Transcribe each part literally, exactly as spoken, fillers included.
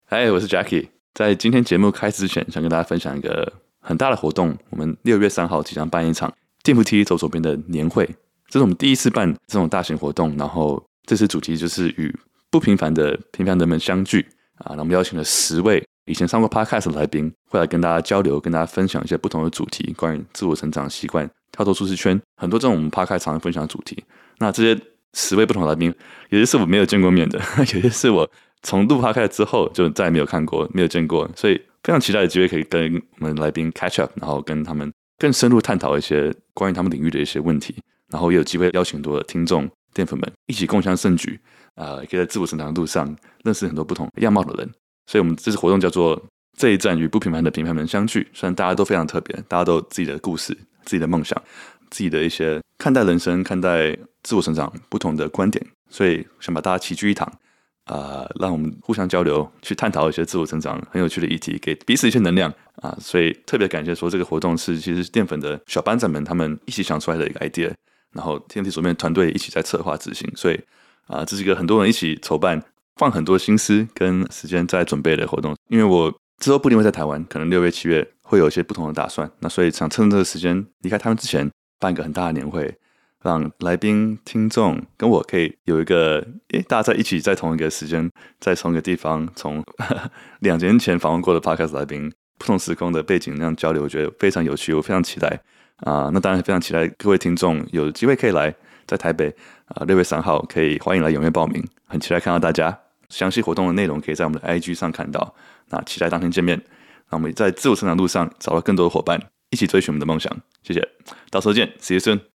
嗨，我是 Jackie。在今天节目开始之前，想跟大家分享一个很大的活动。我们六月三号即将办一场电扶梯走左边的年会，这是我们第一次办这种大型活动。然后这次主题就是与不平凡的平凡人们相聚啊。那我们邀请了十位以前上过 podcast 的来宾，会来跟大家交流，跟大家分享一些不同的主题，关于自我成长习惯、跳脱舒适圈，很多这种我们 podcast 常分享的主题。那这些十位不同的来宾，有些是我没有见过面的，有些是我从录 podcast 之后就再也没有看过、没有见过，所以非常期待的机会可以跟我们来宾 catch up， 然后跟他们更深入探讨一些关于他们领域的一些问题，然后也有机会邀请很多的听众、淀粉们一起共襄盛举，呃，也可以在自我成长的路上认识很多不同样貌的人。所以我们这次活动叫做这一站与不平凡的平凡人相聚。虽然大家都非常特别，大家都有自己的故事、自己的梦想、自己的一些看待人生、看待自我成长不同的观点，所以想把大家齐聚一堂。呃，让我们互相交流，去探讨一些自我成长很有趣的议题，给彼此一些能量啊、呃！所以特别感谢说这个活动是其实是淀粉的小班长们他们一起想出来的一个 idea， 然后天梯左边团队一起在策划执行，所以啊、呃，这是一个很多人一起筹办，放很多心思跟时间在准备的活动。因为我之后不一定会在台湾，可能六月七月会有一些不同的打算，那所以想趁这个时间离开台湾之前，办一个很大的年会。让来宾、听众跟我可以有一个，诶，大家在一起，在同一个时间，在同一个地方，从两年前访问过的 podcast 来宾，不同时空的背景那样交流，我觉得非常有趣，我非常期待啊、呃！那当然非常期待各位听众有机会可以来，在台北啊六月三号可以欢迎来踊跃报名，很期待看到大家。详细活动的内容可以在我们的 I G 上看到，那期待当天见面，让我们在自我成长路上找到更多的伙伴，一起追寻我们的梦想。谢谢，到时候见 ，See you soon。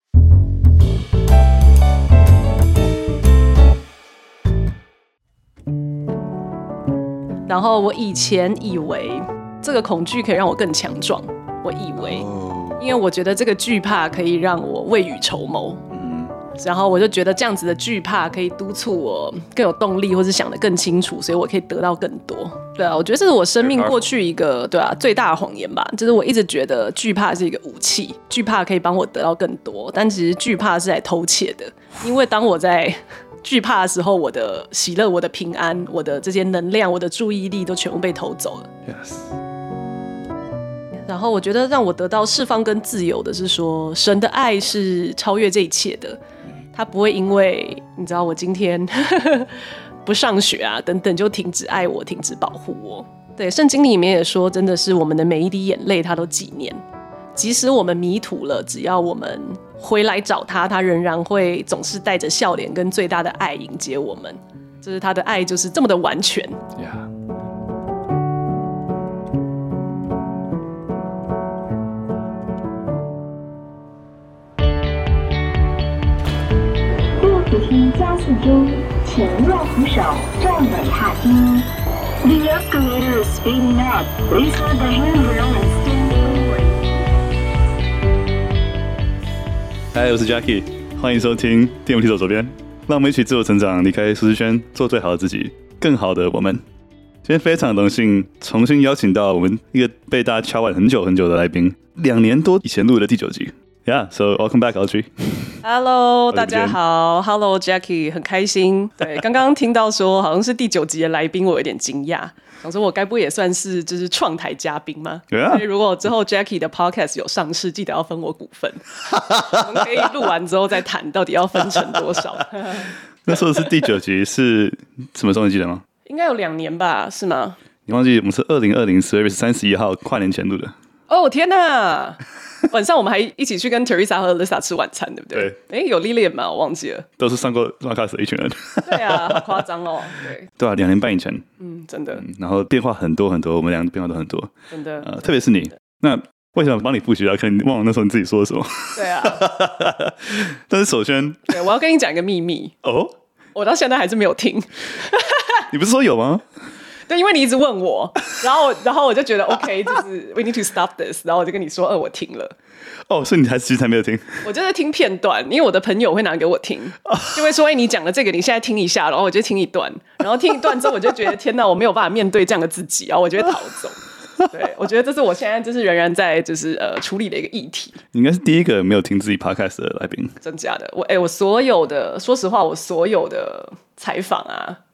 然后我以前以为这个恐惧可以让我更强壮，我以为，因为我觉得这个惧怕可以让我未雨绸缪，嗯，然后我就觉得这样子的惧怕可以督促我更有动力，或是想得更清楚，所以我可以得到更多。对啊，我觉得这是我生命过去一个对啊最大的谎言吧，就是我一直觉得惧怕是一个武器，惧怕可以帮我得到更多，但其实惧怕是来偷窃的，因为当我在惧怕的时候，我的喜乐、我的平安、我的这些能量、我的注意力都全部被偷走了。 Yes. 然后我觉得让我得到释放跟自由的是说，神的爱是超越这一切的，他不会因为你知道我今天不上学啊等等就停止爱我、停止保护我。对，圣经里面也说，真的是我们的每一滴眼泪他都纪念，即使我们迷途了，只要我们回来找他，他仍然会总是带着笑脸跟最大的爱迎接我们。就是他的爱就是这么的完全。 Yeah. 电扶梯加速中，请握扶手，站稳踏梯。The escalator is speeding up. Please hold the handrail and stand forward. 嗨，我是 Jackie， 欢迎收听电扶梯走左边，让我们一起自我成长，离开舒适圈，做最好的自己，更好的我们。今天非常荣幸重新邀请到我们一个被大家敲碗很久很久的来宾，两年多以前录的第九集。Yeah, so welcome back, Audrey. Hello, 大家好。Hello, Jackie， 很开心。对，刚刚听到说好像是第九集的来宾，我有点惊讶。想说我该不会也算是就是创台嘉宾吗？对啊。所以如果之后 Jackie 的 podcast 有上市，记得要分我股份。我们可以录完之后再谈，到底要分成多少？ 那时候是第九集，是什么时候你记得吗？ 应该有两年吧，是吗？ 你忘记我们是二零二零十二月三十一号跨年前录的。 哦天哪！晚上我们还一起去跟 Teresa 和 Lisa 吃晚餐，对不对？对。哎，有 Lilian 吗？我忘记了。 都是上过 podcast 的一群人。 对啊，好夸张哦。对。 对啊，两年半以前。 嗯，真的、嗯。 然后变化很多很多，我们两个变化都很多。 真的。 呃，特别是你，那为什么帮你复习啊？可能你忘了那时候你自己说了什么。 对啊。 但是首先， 对，我要跟你讲一个秘密。 哦。 我到现在还是没有听。 你不是说有吗？ 对，因为你一直问我，然后然后我就觉得 OK， 就是 we need to stop this， 然后我就跟你说，呃，我听了。 哦，所以你还其实还没有听？ 我就是听片段，因为我的朋友会拿给我听，就会说，哎、欸，你讲的这个，你现在听一下，然后我就听一段，然后听一段之后，我就觉得天哪，我没有办法面对这样的自己，然后我就会逃走。对，我觉得这是我现在就是仍然在就是呃处理的一个议题。 你应该是第一个没有听自己 podcast 的来宾， 真假的？我哎、欸，我所有的，说实话，我所有的采访啊，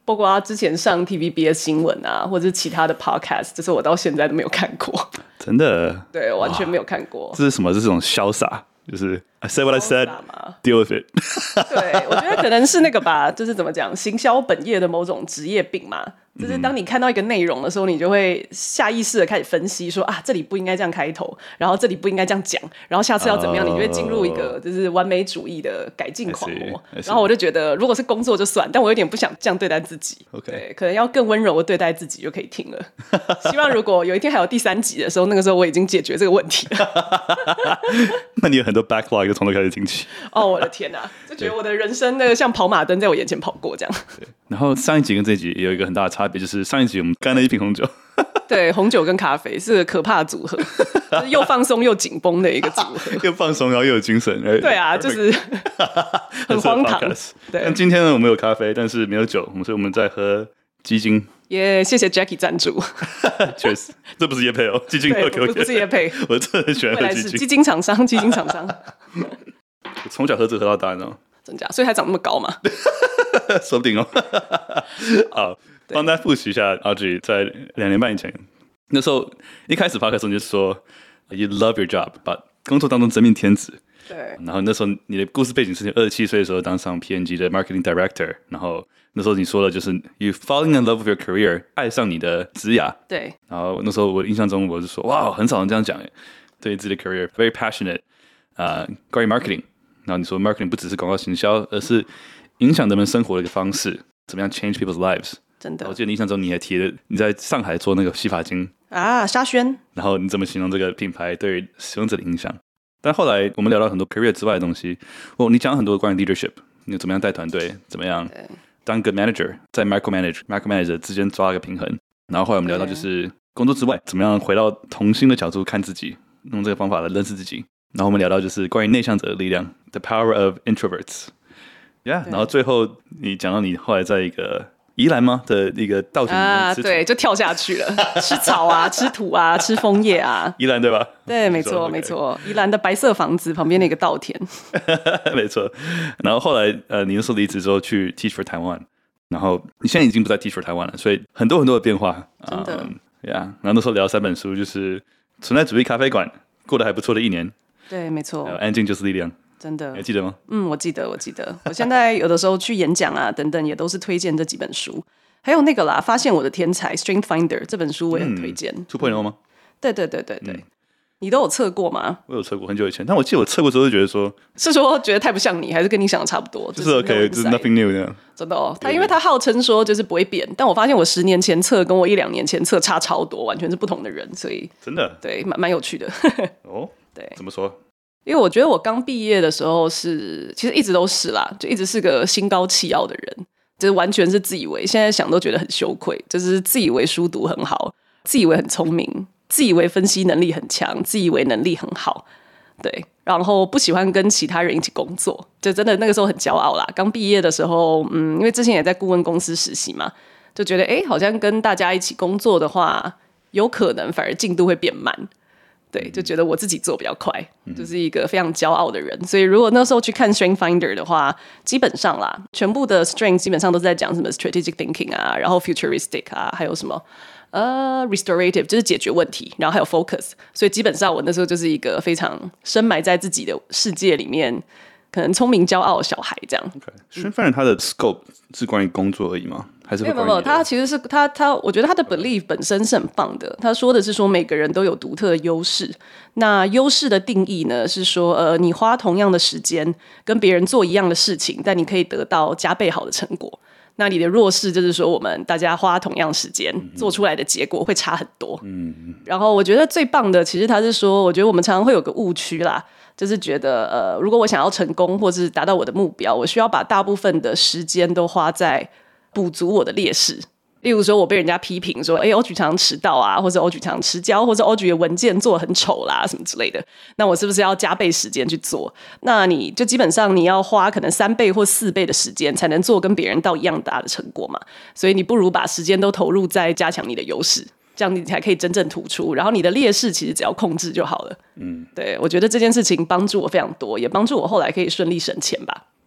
包括他之前上 T V B S 新闻啊，或者是其他的 podcast， 这是我到现在都没有看过。 真的？ 对，完全没有看过。 这是什么？这是这种潇洒，就是 I said what I said, deal with it 。 对，我觉得可能是那个吧，就是怎么讲，行销本业的某种职业病嘛。就是当你看到一个内容的时候，你就会下意识的开始分析说啊，这里不应该这样开头，然后这里不应该这样讲，然后下次要怎么样， oh, 你就会进入一个就是完美主义的改进狂魔。然后我就觉得，如果是工作就算，但我有点不想这样对待自己。 Okay. 对，可能要更温柔的对待自己就可以听了。希望如果有一天还有第三集的时候，那个时候我已经解决这个问题了。 那你有很多 backlog 就从头开始听起。 哦，我的天哪、啊！就觉得我的人生那个像跑马灯在我眼前跑过这样。 对，然后上一集跟这一集也有一个很大的差别，就是上一集我们干了一瓶红酒。 对，红酒跟咖啡是个可怕的组合，就是又放松又紧绷的一个组合。 又放松然后又有精神。Right? 对啊，就是很荒唐。 对，但今天呢，我们有咖啡，但是没有酒，所以我们在喝鸡精。 耶、yeah, 谢谢 Jackie 赞助。 确实，这不是业配哦，鸡精不给我， 不是业配。 我真的很喜欢喝鸡精。 基金厂商，基金厂商。 从小喝这喝到大，你知道吗？ 真假？所以还长那么高嘛？ 说不定哦。好。帮大家复习一下 Audrey 在两年半以前，那时候一开始 podcast 你就说 You love your job， 把工作当中真命天子。 对。 然后那时候你的故事背景是你二十七岁的时候当上 P and G 的 marketing director， 然后那时候你说的就是 You falling in love with your career， 爱上你的职涯。 对。然后那时候我印象中我就说哇，很少人这样讲耶，对自己的 career very passionate， 呃，关于 marketing。然后你说 marketing 不只是广告行销，而是影响人们生活的一个方式，怎么样 change people's lives。 真的， 我记得你印象中你还提了你在上海做那个洗发精啊，沙宣， 然后你怎么形容这个品牌对使用者的影响？但后来我们聊到很多 career 之外的东西，哦，你讲很多关于 leadership， 你怎么样带团队，怎么样当 good manager， 在 micromanage micromanage 之间抓一个平衡。然后后来我们聊到就是工作之外，怎么样回到童心的角度看自己，用这个方法来认识自己。然后我们聊到就是关于内向者的力量 ，the power of introverts。Yeah， 然后最后你讲到你后来在一个宜兰吗的一个稻田啊，对，就跳下去了，吃草啊，吃土啊，吃枫叶啊。 宜兰对吧？ 对，没错，没错。宜兰的白色房子旁边的一个稻田。 没错。然后后来呃，你那时候离职之后去 Teach for Taiwan， 然后你现在已经不在 Teach for Taiwan 了，所以很多很多的变化。 真的。 嗯 yeah， 然后那时候聊三本书，就是存在主义咖啡馆过得还不错的一年。 对，没错。 安静就是力量。 真的， 你还记得吗？ 嗯，我记得，我记得。我现在有的时候去演讲啊，等等，也都是推荐这几本书。还有那个啦，发现我的天才 Strength Finder 这本书我也很推荐。 two point oh 吗？ 对对对对对、嗯，你都有测过吗？ 我有测过，很久以前。但我记得我测过之后就觉得说， 是说觉得太不像你，还是跟你想的差不多？ 就是 OK， 就是 nothing new 这样。 真的哦，他因为他号称说就是不会变，但我发现我十年前测跟我一两年前测差超多，完全是不同的人，所以真的对，蛮蛮有趣的。 哦， 对， 怎么说？ 因为我觉得我刚毕业的时候是，其实一直都是啦，就一直是个心高气傲的人，就是完全是自以为，现在想都觉得很羞愧，就是自以为书读很好，自以为很聪明，自以为分析能力很强，自以为能力很好，对，然后不喜欢跟其他人一起工作，就真的那个时候很骄傲啦。刚毕业的时候，嗯，因为之前也在顾问公司实习嘛，就觉得哎，好像跟大家一起工作的话，有可能反而进度会变慢。对，就觉得我自己做比较快，就是一个非常骄傲的人。所以如果那时候去看 Strength Finder 的话，基本上啦，全部的 Strength 基本上都是在讲什么 strategic thinking 啊，然后 futuristic 啊，还有什么呃 restorative 就是解决问题，然后还有 focus。所以基本上我那时候就是一个非常深埋在自己的世界里面，可能聪明骄傲的小孩这样。 Strength Finder 它的 scope 是关于工作而已吗？还是会没有没有，他其实是他他，我觉得他的 belief 本身是很棒的。他说的是说每个人都有独特的优势。那优势的定义呢是说，呃，你花同样的时间跟别人做一样的事情，但你可以得到加倍好的成果。那你的弱势就是说，我们大家花同样时间做出来的结果会差很多。嗯，然后我觉得最棒的，其实他是说，我觉得我们常常会有个误区啦。就是觉得，呃，如果我想要成功，或是达到我的目标，我需要把大部分的时间都花在补足我的劣势。例如说我被人家批评说，哎 ，Audrey 常常迟到啊，或者 Audrey 常常迟交，或者 Audrey 的文件做得很丑啦，什么之类的。那我是不是要加倍时间去做？那你就基本上你要花可能三倍或四倍的时间，才能做跟别人到一样大的成果嘛。所以你不如把时间都投入在加强你的优势。这样你才可以真正突出，然后你的劣势其实只要控制就好了。嗯，对，我觉得这件事情帮助我非常多，也帮助我后来可以顺利升迁吧。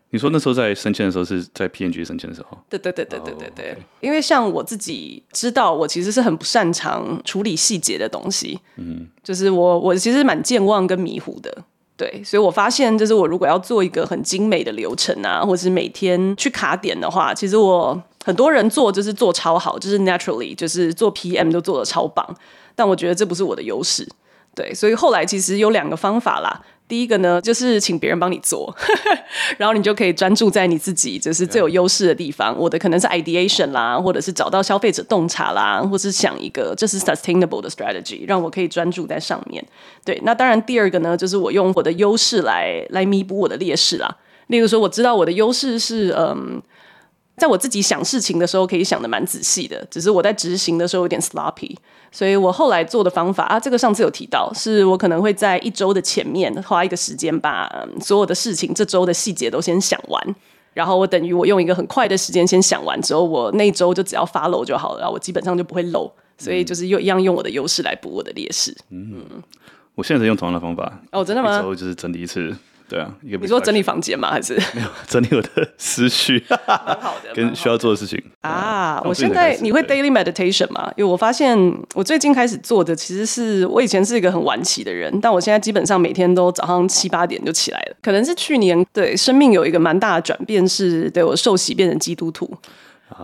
你说那时候在升迁的时候是在 P and G 升迁的时候？ 对对对对对对对， oh, okay. 因为像我自己知道，我其实是很不擅长处理细节的东西，嗯，就是我我其实蛮健忘跟迷糊的，对，所以我发现就是我如果要做一个很精美的流程啊，或是每天去卡点的话，其实我很多人做就是做超好，就是 naturally 就是做 P M 都做得超棒，但我觉得这不是我的优势，对，所以后来其实有两个方法啦。第一个呢，就是请别人帮你做，然后你就可以专注在你自己就是最有优势的地方。我的可能是 ideation 啦，或者是找到消费者洞察啦，或是想一个就是 sustainable 的 strategy， 让我可以专注在上面。对，那当然第二个呢，就是我用我的优势来来弥补我的劣势啦。例如说，我知道我的优势是嗯。在我自己想事情的时候可以想得蛮仔细的，只是我在执行的时候有点 sloppy， 所以我后来做的方法啊，这个上次有提到，是我可能会在一周的前面花一个时间把、嗯、所有的事情这周的细节都先想完，然后我等于我用一个很快的时间先想完之后，我那一周就只要 follow 就好了，然后我基本上就不会漏，所以就是又一样用我的优势来补我的劣势。嗯， 我现在在用同样的方法。 哦，真的吗？ 一周就是整理一次。对啊，一个你说整理房间吗？还是没有整理我的思绪？ 蛮好的， 跟需要做的事情啊。我现在你会 daily meditation 吗？因为我发现我最近开始做的，其实是我以前是一个很晚起的人，但我现在基本上每天都早上七八点就起来了。可能是去年对生命有一个蛮大的转变，是对我受洗变成基督徒。哦、oh. ，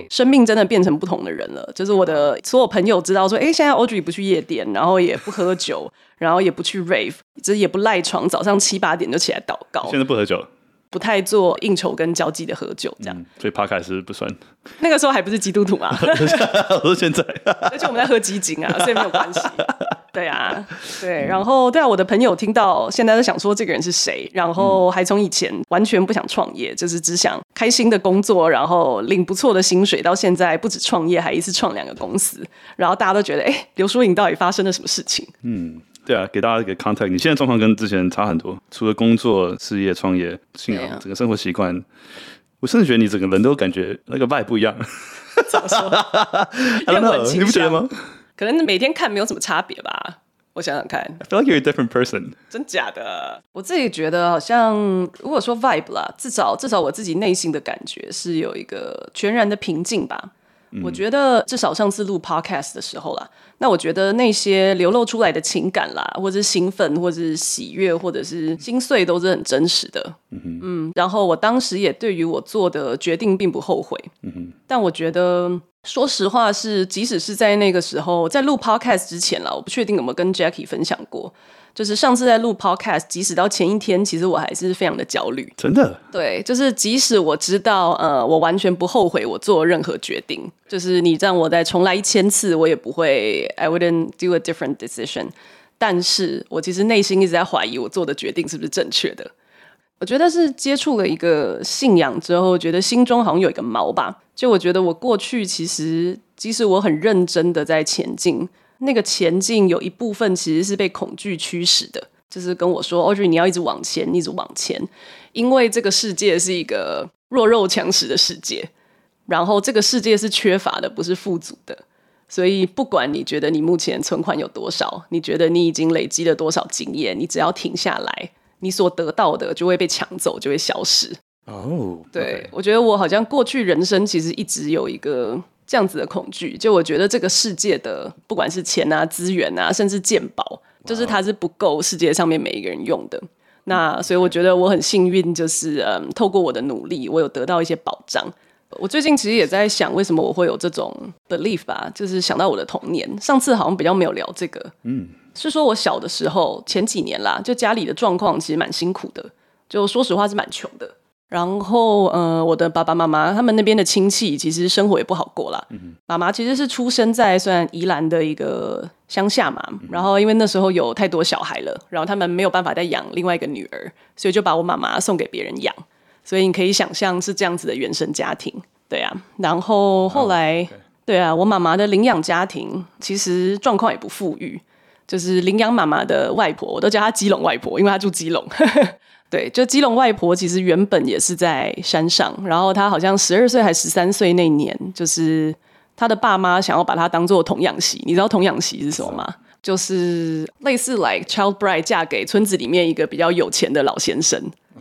生命真的变成不同的人了。就是我的所有朋友知道说，哎，现在 Audrey 不去夜店，然后也不喝酒，然后也不去 rave， 就是也不赖床，早上七八点就起来祷告。 现在不喝酒， 不太做应酬跟交际的喝酒，这样。嗯、 所以 podcast 不算。 那个时候还不是基督徒嘛？ 我说现在， 而且我们在喝鸡精啊，所以没有关系。对啊，对，然后对啊，我的朋友听到现在都想说这个人是谁，然后还从以前完全不想创业，就是只想开心的工作，然后领不错的薪水，到现在不止创业，还一次创两个公司，然后大家都觉得，哎，刘淑颖到底发生了什么事情？ 嗯。对啊，给大家一个 context， 你现在状况跟之前差很多，除了工作、事业、创业、信仰，整个生活习惯，我甚至觉得你整个人都感觉那个 vibe 不一样。 怎么说？ I don't know， 你不觉得吗？ 可能每天看没有什么差别吧。我想想看 I feel like you're a different person。 真假的？我自己觉得好像如果说 vibe 啦，至少至少我自己内心的感觉是有一个全然的平静吧。我觉得至少上次录 podcast 的时候啦，那我觉得那些流露出来的情感啦，或者是兴奋，或者是喜悦，或者是心碎，都是很真实的。嗯, 嗯然后我当时也对于我做的决定并不后悔。嗯、但我觉得说实话是，即使是在那个时候，在录 podcast 之前啦，我不确定有没有跟 Jackie 分享过。就是上次在录 podcast， 即使到前一天，其实我还是非常的焦虑。 真的？ 对，就是即使我知道，呃，我完全不后悔我做任何决定，就是你让我再重来一千次，我也不会 I wouldn't do a different decision。但是我其实内心一直在怀疑我做的决定是不是正确的。我觉得是接触了一个信仰之后，觉得心中好像有一个锚吧。就我觉得我过去其实，即使我很认真的在前进。那个前进有一部分其实是被恐惧驱使的，就是跟我说 Audrey 你要一直往前一直往前，因为这个世界是一个弱肉强食的世界，然后这个世界是缺乏的，不是富足的，所以不管你觉得你目前存款有多少，你觉得你已经累积了多少经验，你只要停下来，你所得到的就会被抢走，就会消失。哦、oh, 对， okay. 我觉得我好像过去人生其实一直有一个这样子的恐惧，就我觉得这个世界的不管是钱啊、资源啊，甚至健保，就是它是不够世界上面每一个人用的。那所以我觉得我很幸运，就是嗯，透过我的努力，我有得到一些保障。我最近其实也在想，为什么我会有这种 belief 吧，就是想到我的童年。上次好像比较没有聊这个，嗯，是说我小的时候前几年啦，就家里的状况其实蛮辛苦的，就说实话是蛮穷的。然后呃，我的爸爸妈妈他们那边的亲戚其实生活也不好过啦。嗯、妈妈其实是出生在虽然宜兰的一个乡下嘛，嗯、然后因为那时候有太多小孩了，然后他们没有办法再养另外一个女儿，所以就把我妈妈送给别人养。所以你可以想象是这样子的原生家庭，对啊。然后后来， oh, okay. 对啊，我妈妈的领养家庭其实状况也不富裕，就是领养妈妈的外婆，我都叫她基隆外婆，因为她住基隆。对，就基隆外婆其实原本也是在山上，然后她好像十二岁还十三岁那年，就是她的爸妈想要把她当做童养媳。你知道童养媳是什么吗？就是类似 like child bride 嫁给村子里面一个比较有钱的老先生。 OK，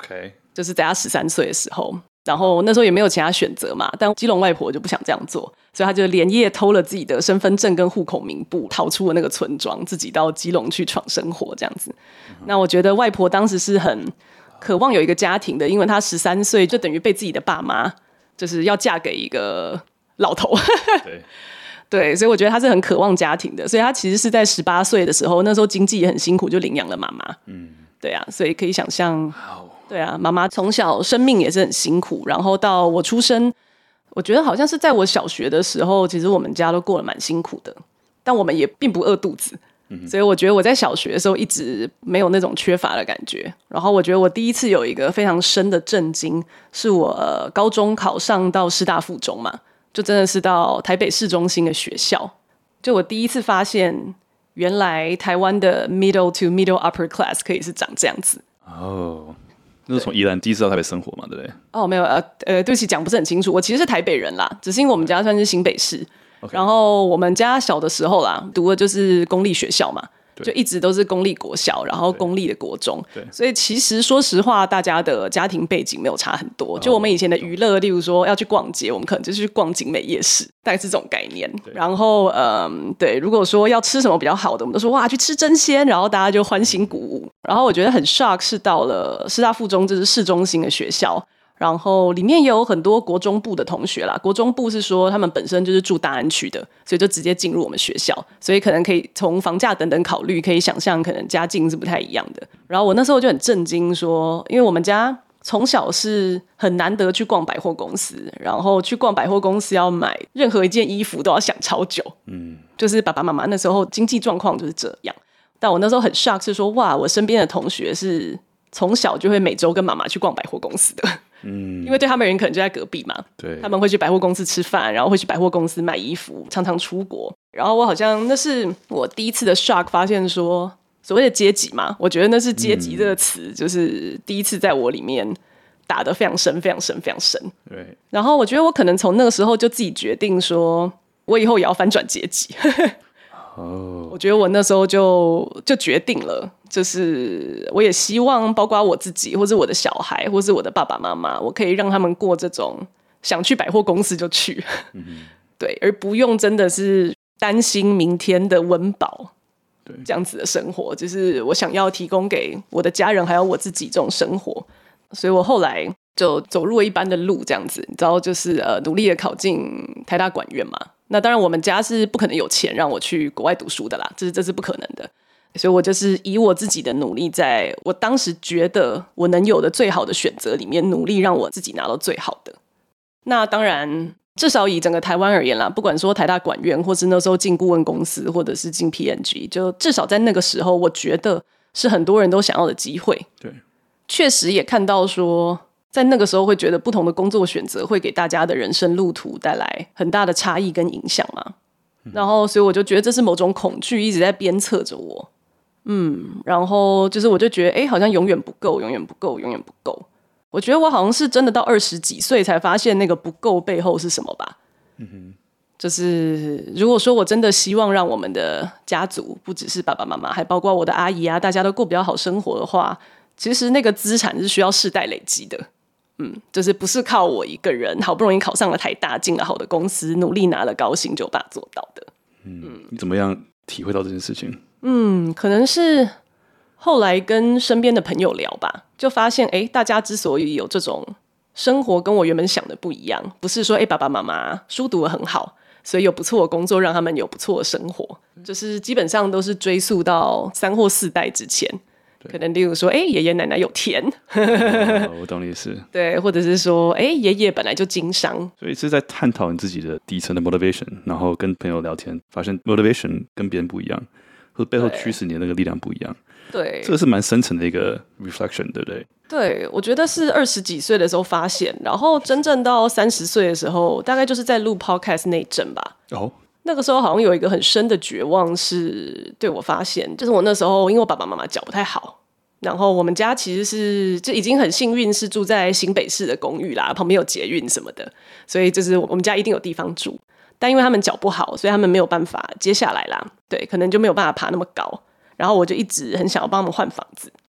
就是在他十三岁的时候，然后那时候也没有其他选择嘛，但基隆外婆就不想这样做，所以他就连夜偷了自己的身份证跟户口名簿，逃出了那个村庄，自己到基隆去闯生活这样子。嗯、那我觉得外婆当时是很渴望有一个家庭的，因为她十三岁就等于被自己的爸妈就是要嫁给一个老头。对。对，所以我觉得他是很渴望家庭的，所以他其实是在十八岁的时候，那时候经济也很辛苦，就领养了妈妈。嗯，对啊，所以可以想象，对啊，妈妈从小生命也是很辛苦，然后到我出生，我觉得好像是在我小学的时候，其实我们家都过得蛮辛苦的，但我们也并不饿肚子，嗯、所以我觉得我在小学的时候一直没有那种缺乏的感觉。然后我觉得我第一次有一个非常深的震惊，是我、呃、高中考上到师大附中嘛。就真的是到台北市中心的学校，就我第一次发现，原来台湾的 middle to middle upper class 可以是长这样子。 哦，那是从宜兰第一次到台北生活嘛，对不对？ 哦，没有，呃呃，对不起，讲不是很清楚。我其实是台北人啦，只是因为我们家算是新北市， okay. 然后我们家小的时候啦，读的就是公立学校嘛。就一直都是公立国小，然后公立的国中，所以其实说实话，大家的家庭背景没有差很多。就我们以前的娱乐，例如说要去逛街，我们可能就是去逛景美夜市，大概是这种概念。然后，嗯，对，如果说要吃什么比较好的，我们都说哇去吃真鲜，然后大家就欢欣鼓舞。然后我觉得很 shock 是到了师大附中，这是市中心的学校。然后里面也有很多国中部的同学啦，国中部是说他们本身就是住大安区的，所以就直接进入我们学校，所以可能可以从房价等等考虑，可以想象可能家境是不太一样的。然后我那时候就很震惊说，因为我们家从小是很难得去逛百货公司，然后去逛百货公司要买任何一件衣服都要想超久，嗯，就是爸爸妈妈那时候经济状况就是这样。但我那时候很 shock 是说，哇，我身边的同学是从小就会每周跟妈妈去逛百货公司的。嗯，因为对他们人可能就在隔壁嘛，对，他们会去百货公司吃饭，然后会去百货公司买衣服，常常出国。然后我好像那是我第一次的 shock， 发现说所谓的阶级嘛，我觉得那是阶级这个词，嗯、就是第一次在我里面打得非常深、非常深、非常深。对，然后我觉得我可能从那个时候就自己决定说，我以后也要翻转阶级。哦，我觉得我那时候就就决定了。就是我也希望包括我自己或是我的小孩或是我的爸爸妈妈，我可以让他们过这种想去百货公司就去、嗯、对，而不用真的是担心明天的温饱这样子的生活，就是我想要提供给我的家人还有我自己这种生活。所以我后来就走入了一般的路这样子，你知道，就是呃努力的考进台大管院嘛。那当然我们家是不可能有钱让我去国外读书的啦，这是这是不可能的。所以我就是以我自己的努力，在我当时觉得我能有的最好的选择里面，努力让我自己拿到最好的。那当然至少以整个台湾而言啦，不管说台大管院或是那时候进顾问公司或者是进 P N G， 就至少在那个时候我觉得是很多人都想要的机会。对，确实也看到说在那个时候会觉得不同的工作选择会给大家的人生路途带来很大的差异跟影响嘛。然后所以我就觉得这是某种恐惧一直在鞭策着我。嗯，然后就是我就觉得哎，好像永远不够，永远不够，永远不够。我觉得我好像是真的到二十几岁才发现那个不够背后是什么吧。嗯哼，就是如果说我真的希望让我们的家族不只是爸爸妈妈，还包括我的阿姨啊，大家都过比较好生活的话，其实那个资产是需要世代累积的。嗯，就是不是靠我一个人好不容易考上了台大，进了好的公司，努力拿了高薪就把它做到的。 嗯，嗯，你怎么样体会到这件事情？ 嗯，可能是后来跟身边的朋友聊吧，就发现哎，大家之所以有这种生活跟我原本想的不一样，不是说哎爸爸妈妈书读得很好，所以有不错的工作让他们有不错的生活，就是基本上都是追溯到三或四代之前。可能例如说哎爷爷奶奶有田、 哦、我懂你意思。 对，或者是说哎爷爷本来就经商， 所以是在探讨你自己的底层的 motivation， 然后跟朋友聊天发现 motivation 跟别人不一样，或者背后驱使你的那个力量不一样。对，这个是蛮深层的一个 reflection， 对不对？ 对，我觉得是二十几岁的时候发现，然后真正到三十岁的时候，大概就是在录 podcast 那一阵吧。哦，那个时候好像有一个很深的绝望是对我发现，就是我那时候因为我爸爸妈妈脚不太好，然后我们家其实是就已经很幸运是住在新北市的公寓啦，旁边有捷运什么的，所以就是我们家一定有地方住。但因为他们脚不好，所以他们没有办法接下来啦，对，可能就没有办法爬那么高。然后我就一直很想要帮他们换房子，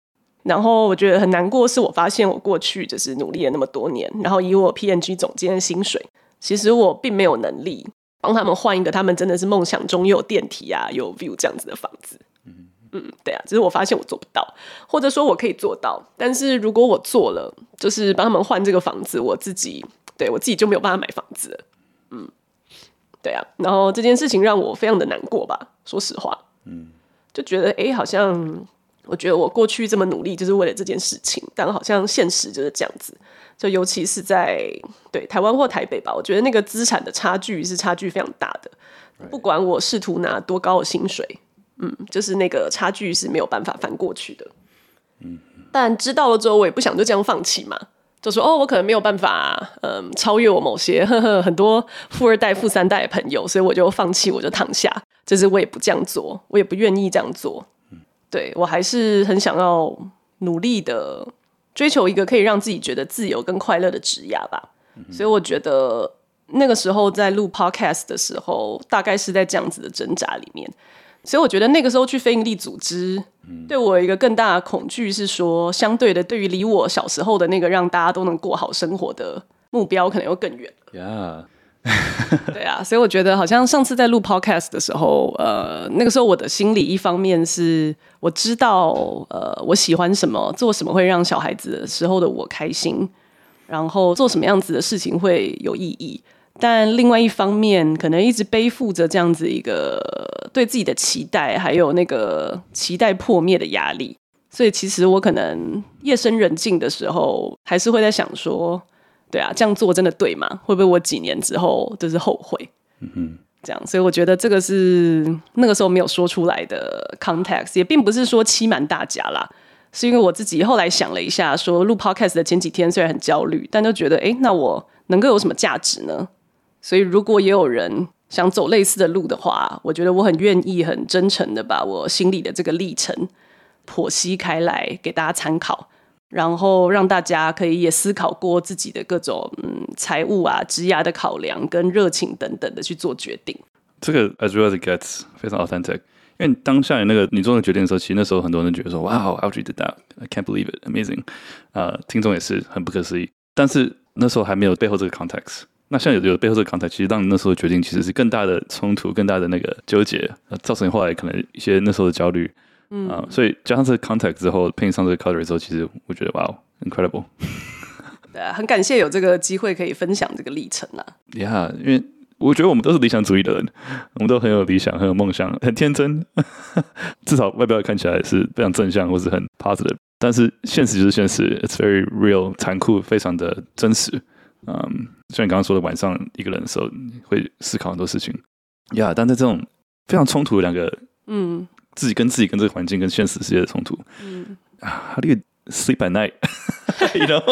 然后我觉得很难过，是我发现我过去就是努力了那么多年，然后以我 P and G 总监的薪水，其实我并没有能力帮他们换一个他们真的是梦想中有电梯啊、有 view 这样子的房子。嗯嗯，对啊，只是我发现我做不到，或者说我可以做到，但是如果我做了，就是帮他们换这个房子，我自己对我自己就没有办法买房子了。嗯，对啊，然后这件事情让我非常的难过吧，说实话。嗯，就觉得哎，好像。我觉得我过去这么努力就是为了这件事情，但好像现实就是这样子，就尤其是在对台湾或台北吧，我觉得那个资产的差距是差距非常大的，不管我试图拿多高的薪水，嗯，就是那个差距是没有办法翻过去的。嗯，但知道了之后，我也不想就这样放弃嘛，就说哦，我可能没有办法，嗯，超越我某些呵呵很多富二代、富三代的朋友，所以我就放弃，我就躺下，就是我也不这样做，我也不愿意这样做。对，我还是很想要努力的追求一个可以让自己觉得自由跟快乐的职业吧。嗯、所以我觉得那个时候在录 podcast 的时候，大概是在这样子的挣扎里面。所以我觉得那个时候去非营利组织，嗯、对我有一个更大的恐惧是说，相对的，对于离我小时候的那个让大家都能过好生活的目标，可能又更远了。Yeah. 对啊，所以我觉得好像上次在录 podcast 的时候，呃，那个时候我的心里一方面是我知道，呃，我喜欢什么，做什么会让小孩子的时候的我开心，然后做什么样子的事情会有意义。但另外一方面，可能一直背负着这样子一个对自己的期待，还有那个期待破灭的压力。所以其实我可能夜深人静的时候，还是会在想说。对啊，这样做真的对吗？会不会我几年之后就是后悔？嗯哼，这样，所以我觉得这个是那个时候没有说出来的 context， 也并不是说欺瞒大家啦，是因为我自己后来想了一下，说录 podcast 的前几天虽然很焦虑，但就觉得，哎，那我能够有什么价值呢？所以如果也有人想走类似的路的话，我觉得我很愿意、很真诚的把我心里的这个历程剖析开来，给大家参考。然后让大家可以也思考过自己的各种嗯财务啊、职业的考量跟热情等等的去做决定。 这个 as well as it gets 非常 authentic， 因为当下你那个你做那个决定的时候，其实那时候很多人觉得说 ，Wow, Audrey did that, I can't believe it, amazing。呃，听众也是很不可思议，但是那时候还没有背后这个 context。那现在有有背后这个 context， 其实让你那时候决定其实是更大的冲突、更大的那个纠结，造成后来可能一些那时候的焦虑。嗯、uh, 所以加上这个 context 之后，配上这个 color 之后，其实我觉得哇、wow, incredible。 对啊，很感谢有这个机会可以分享这个历程啦。 Yeah， 因为我觉得我们都是理想主义的人，我们都很有理想，很有梦想，很天真，至少外表看起来是非常正向或是很 positive。但是现实就是现实 ，it's very real， 残酷，非常的真实。嗯，像你刚刚说的，晚上一个人的时候会思考很多事情。Yeah， 但在这种非常冲突的两个，嗯。自己跟自己跟这个环境跟现实世界的冲突。嗯 ，How do you sleep at night? You know？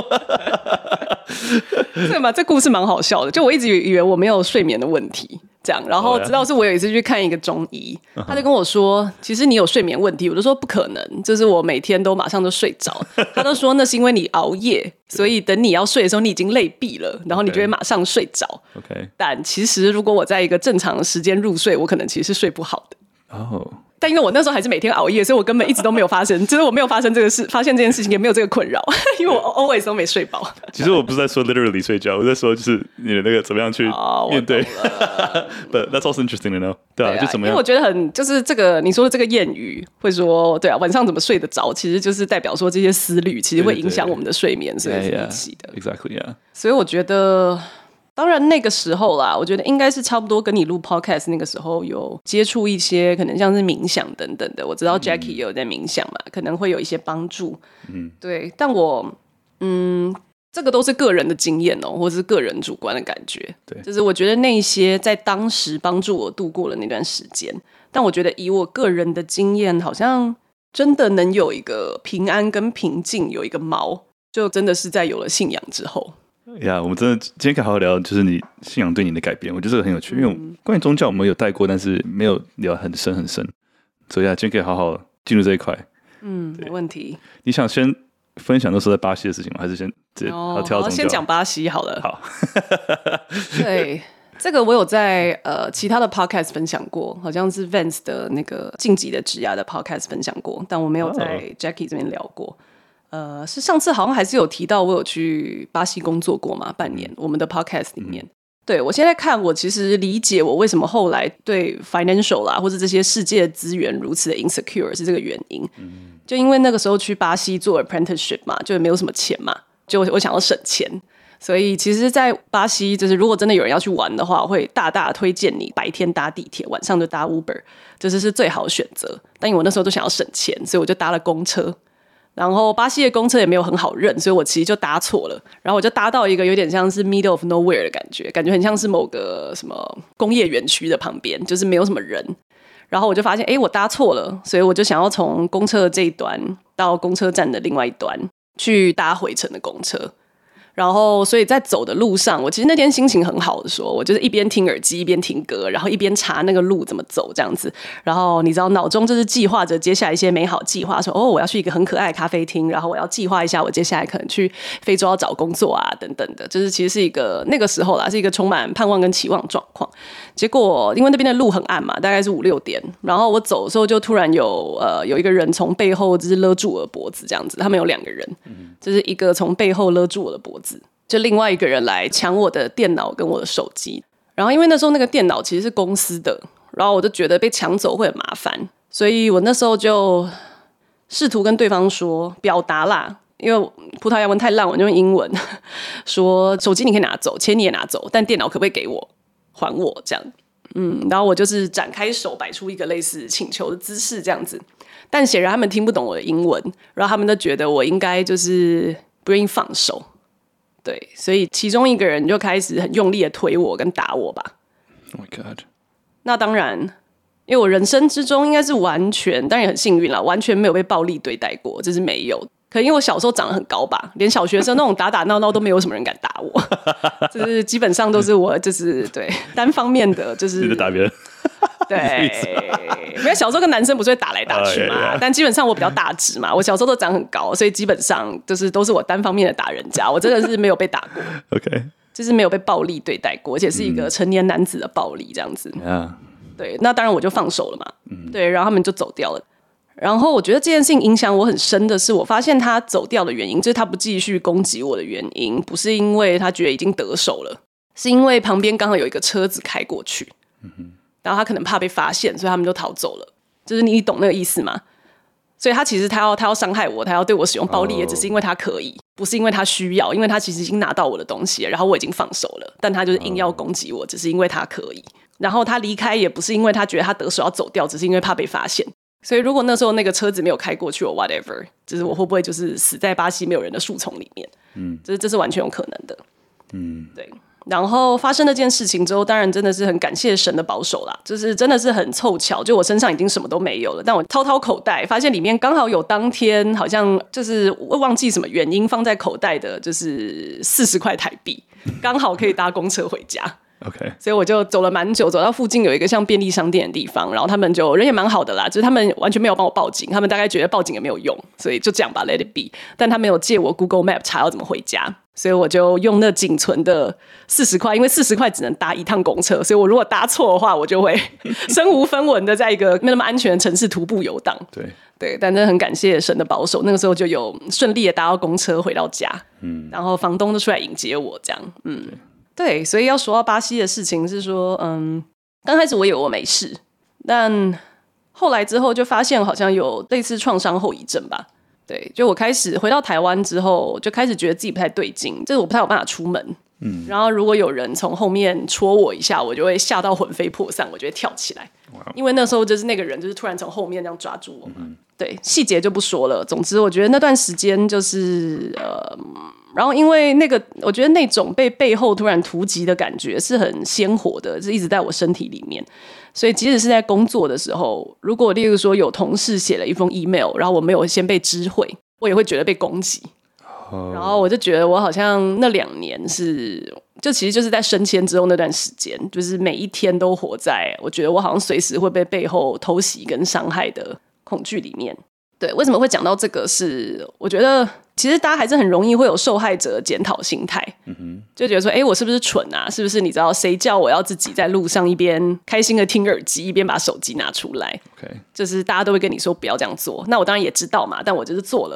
对嘛？这故事蛮好笑的。就我一直以为我没有睡眠的问题，这样，然后直到是我有一次去看一个中医， oh, yeah. 他就跟我说，其实你有睡眠问题。我就说不可能，就是我每天都马上就睡着。他都说那是因为你熬夜，所以等你要睡的时候，你已经累毙了，然后你就会马上睡着。 OK， 但其实如果我在一个正常的时间入睡，我可能其实是睡不好的。 哦。Oh. 但因为我那时候还是每天熬夜，所以我根本一直都没有发生，就是我没有发生这个事，发现这件事情也没有这个困扰，因为我 always 都没睡饱。 其实我不是在说 literally 睡觉，我在说就是你的那个怎么样去面对。Oh, But that's also interesting to know， 对啊，对啊，就怎么样？ 因为我觉得很就是这个你说的这个谚语会说，对啊，晚上怎么睡得着，其实就是代表说这些思虑其实会影响我们的睡眠，所以是一起的。 Yeah, yeah, exactly, yeah。 所以我觉得。当然那个时候啦，我觉得应该是差不多跟你录 podcast 那个时候有接触一些可能像是冥想等等的。我知道 Jackie 也有在冥想嘛，可能会有一些帮助。嗯，对。但我嗯，这个都是个人的经验哦，或是个人主观的感觉。 对， 就是我觉得那些在当时帮助我度过了那段时间，但我觉得以我个人的经验，好像真的能有一个平安跟平静，有一个锚，就真的是在有了信仰之后。 呀、yeah, 我们真的今天可以好好聊，就是你信仰对你的改变，我觉得这个很有趣。嗯、因为关于宗教我们有带过，但是没有聊很深很深，所以啊，今天可以好好进入这一块。 嗯，没问题。 你想先分享那时候在巴西的事情吗？还是先直接哦， 跳宗教？ 先讲巴西好了。 好， 对，这个我有在呃其他的 podcast 分享过，好像是 Vance 的那个晋级的职涯的 podcast 分享过，但我没有在 Jackie 这边聊过。 呃，是上次好像还是有提到我有去巴西工作过嘛，半年，我们的 podcast 里面。嗯、对我现在看，我其实理解我为什么后来对 financial 啦，或者这些世界资源如此的 insecure 是这个原因。嗯、就因为那个时候去巴西做 apprenticeship 嘛，就没有什么钱嘛，就我想要省钱。所以其实在巴西就是如果真的有人要去玩的话，我会大大推荐你白天搭地铁，晚上就搭 Uber， 这是最好的选择。但因为我那时候都想要省钱，所以我就搭了公车。然后巴西的公车也没有很好认，所以我其实就搭错了。然后我就搭到一个有点像是 middle of nowhere 的感觉，感觉很像是某个什么工业园区的旁边，就是没有什么人。然后我就发现，哎，我搭错了，所以我就想要从公车的这一端到公车站的另外一端去搭回程的公车。然后所以在走的路上，我其实那天心情很好的说，我就是一边听耳机一边听歌，然后一边查那个路怎么走这样子。然后你知道脑中就是计划着接下来一些美好计划，说哦我要去一个很可爱的咖啡厅，然后我要计划一下我接下来可能去非洲要找工作啊等等的，就是其实是一个那个时候啦，是一个充满盼望跟期望的状况。结果因为那边的路很暗嘛，大概是五六点，然后我走的时候就突然有呃有一个人从背后就是勒住我的脖子这样子，他们有两个人，就是一个从背后勒住我的脖子，就另外一个人来抢我的电脑跟我的手机。然后因为那时候那个电脑其实是公司的，然后我就觉得被抢走会很麻烦，所以我那时候就试图跟对方说表达啦，因为葡萄牙文太烂，我就用英文说手机你可以拿走，钱你也拿走，但电脑可不可以给我还我这样。嗯，然后我就是展开手摆出一个类似请求的姿势这样子，但显然他们听不懂我的英文，然后他们都觉得我应该就是不愿意放手。对，所以其中一个人就开始很用力的推我跟打我吧。 Oh my God！ 那当然，因为我人生之中应该是完全，当然也很幸运啦，完全没有被暴力对待过，这是没有。可能因为我小时候长得很高吧，连小学生那种打打闹闹都没有什么人敢打我，就是基本上都是我就是对单方面的就是你在打别人。 对，因为小时候跟男生不是会打来打去嘛， uh, yeah, yeah. 但基本上我比较大只嘛，我小时候都长很高，所以基本上就是都是我单方面的打人家，我真的是没有被打过 ，OK， 就是没有被暴力对待过，而且是一个成年男子的暴力这样子。 Yeah. 对，那当然我就放手了嘛，嗯、对，然后他们就走掉了。然后我觉得这件事情影响我很深的是，我发现他走掉的原因，就是他不继续攻击我的原因，不是因为他觉得已经得手了，是因为旁边刚好有一个车子开过去。嗯哼，然后他可能怕被发现，所以他们就逃走了。就是你懂那个意思吗？所以他其实他要他要伤害我，他要对我使用暴力，也只是因为他可以，不是因为他需要，因为他其实已经拿到我的东西了，然后我已经放手了，但他就是硬要攻击我，只是因为他可以。然后他离开也不是因为他觉得他得手要走掉，只是因为怕被发现。所以如果那时候那个车子没有开过去，或 whatever， 就是我会不会就是死在巴西没有人的树丛里面？嗯，这这是完全有可能的。嗯，对。然后发生那件事情之后，当然真的是很感谢神的保守啦，就是真的是很凑巧，就我身上已经什么都没有了，但我掏掏口袋，发现里面刚好有当天好像就是忘记什么原因放在口袋的，就是四十块台币，刚好可以搭公车回家。 OK， 所以我就走了蛮久，走到附近有一个像便利商店的地方，然后他们就人也蛮好的啦，就是他们完全没有帮我报警，他们大概觉得报警也没有用，所以就这样吧 ，let it be。但他没有借我 Google Map 查要怎么回家，所以我就用那仅存的四十块，因为四十块只能搭一趟公车，所以我如果搭错的话，我就会身无分文的在一个没那么安全的城市徒步游荡。 对对，但真的很感谢神的保守，那个时候就有顺利的搭到公车回到家，嗯，然后房东就出来迎接我，这样，嗯。对，所以要说到巴西的事情是说，嗯，刚开始我以为我没事，但后来之后就发现好像有类似创伤后遗症吧。对，就我开始回到台湾之后，就开始觉得自己不太对劲，就是我不太有办法出门。嗯，然后如果有人从后面戳我一下，我就会吓到魂飞魄散，我就会跳起来。Wow. 因为那时候就是那个人就是突然从后面这样抓住我嘛。嗯、对，细节就不说了。总之，我觉得那段时间就是呃。然后因为那个我觉得那种被背后突然突击的感觉是很鲜活的，是一直在我身体里面，所以即使是在工作的时候，如果例如说有同事写了一封 email， 然后我没有先被知会，我也会觉得被攻击。oh. 然后我就觉得我好像那两年是就其实就是在升迁之后那段时间，就是每一天都活在我觉得我好像随时会被背后偷袭跟伤害的恐惧里面。对，为什么会讲到这个是我觉得其实大家还是很容易会有受害者检讨心态，嗯哼，就觉得说哎，我是不是蠢啊，是不是你知道谁叫我要自己在路上一边开心的听耳机一边把手机拿出来， okay. 就是大家都会跟你说不要这样做，那我当然也知道嘛，但我就是做了，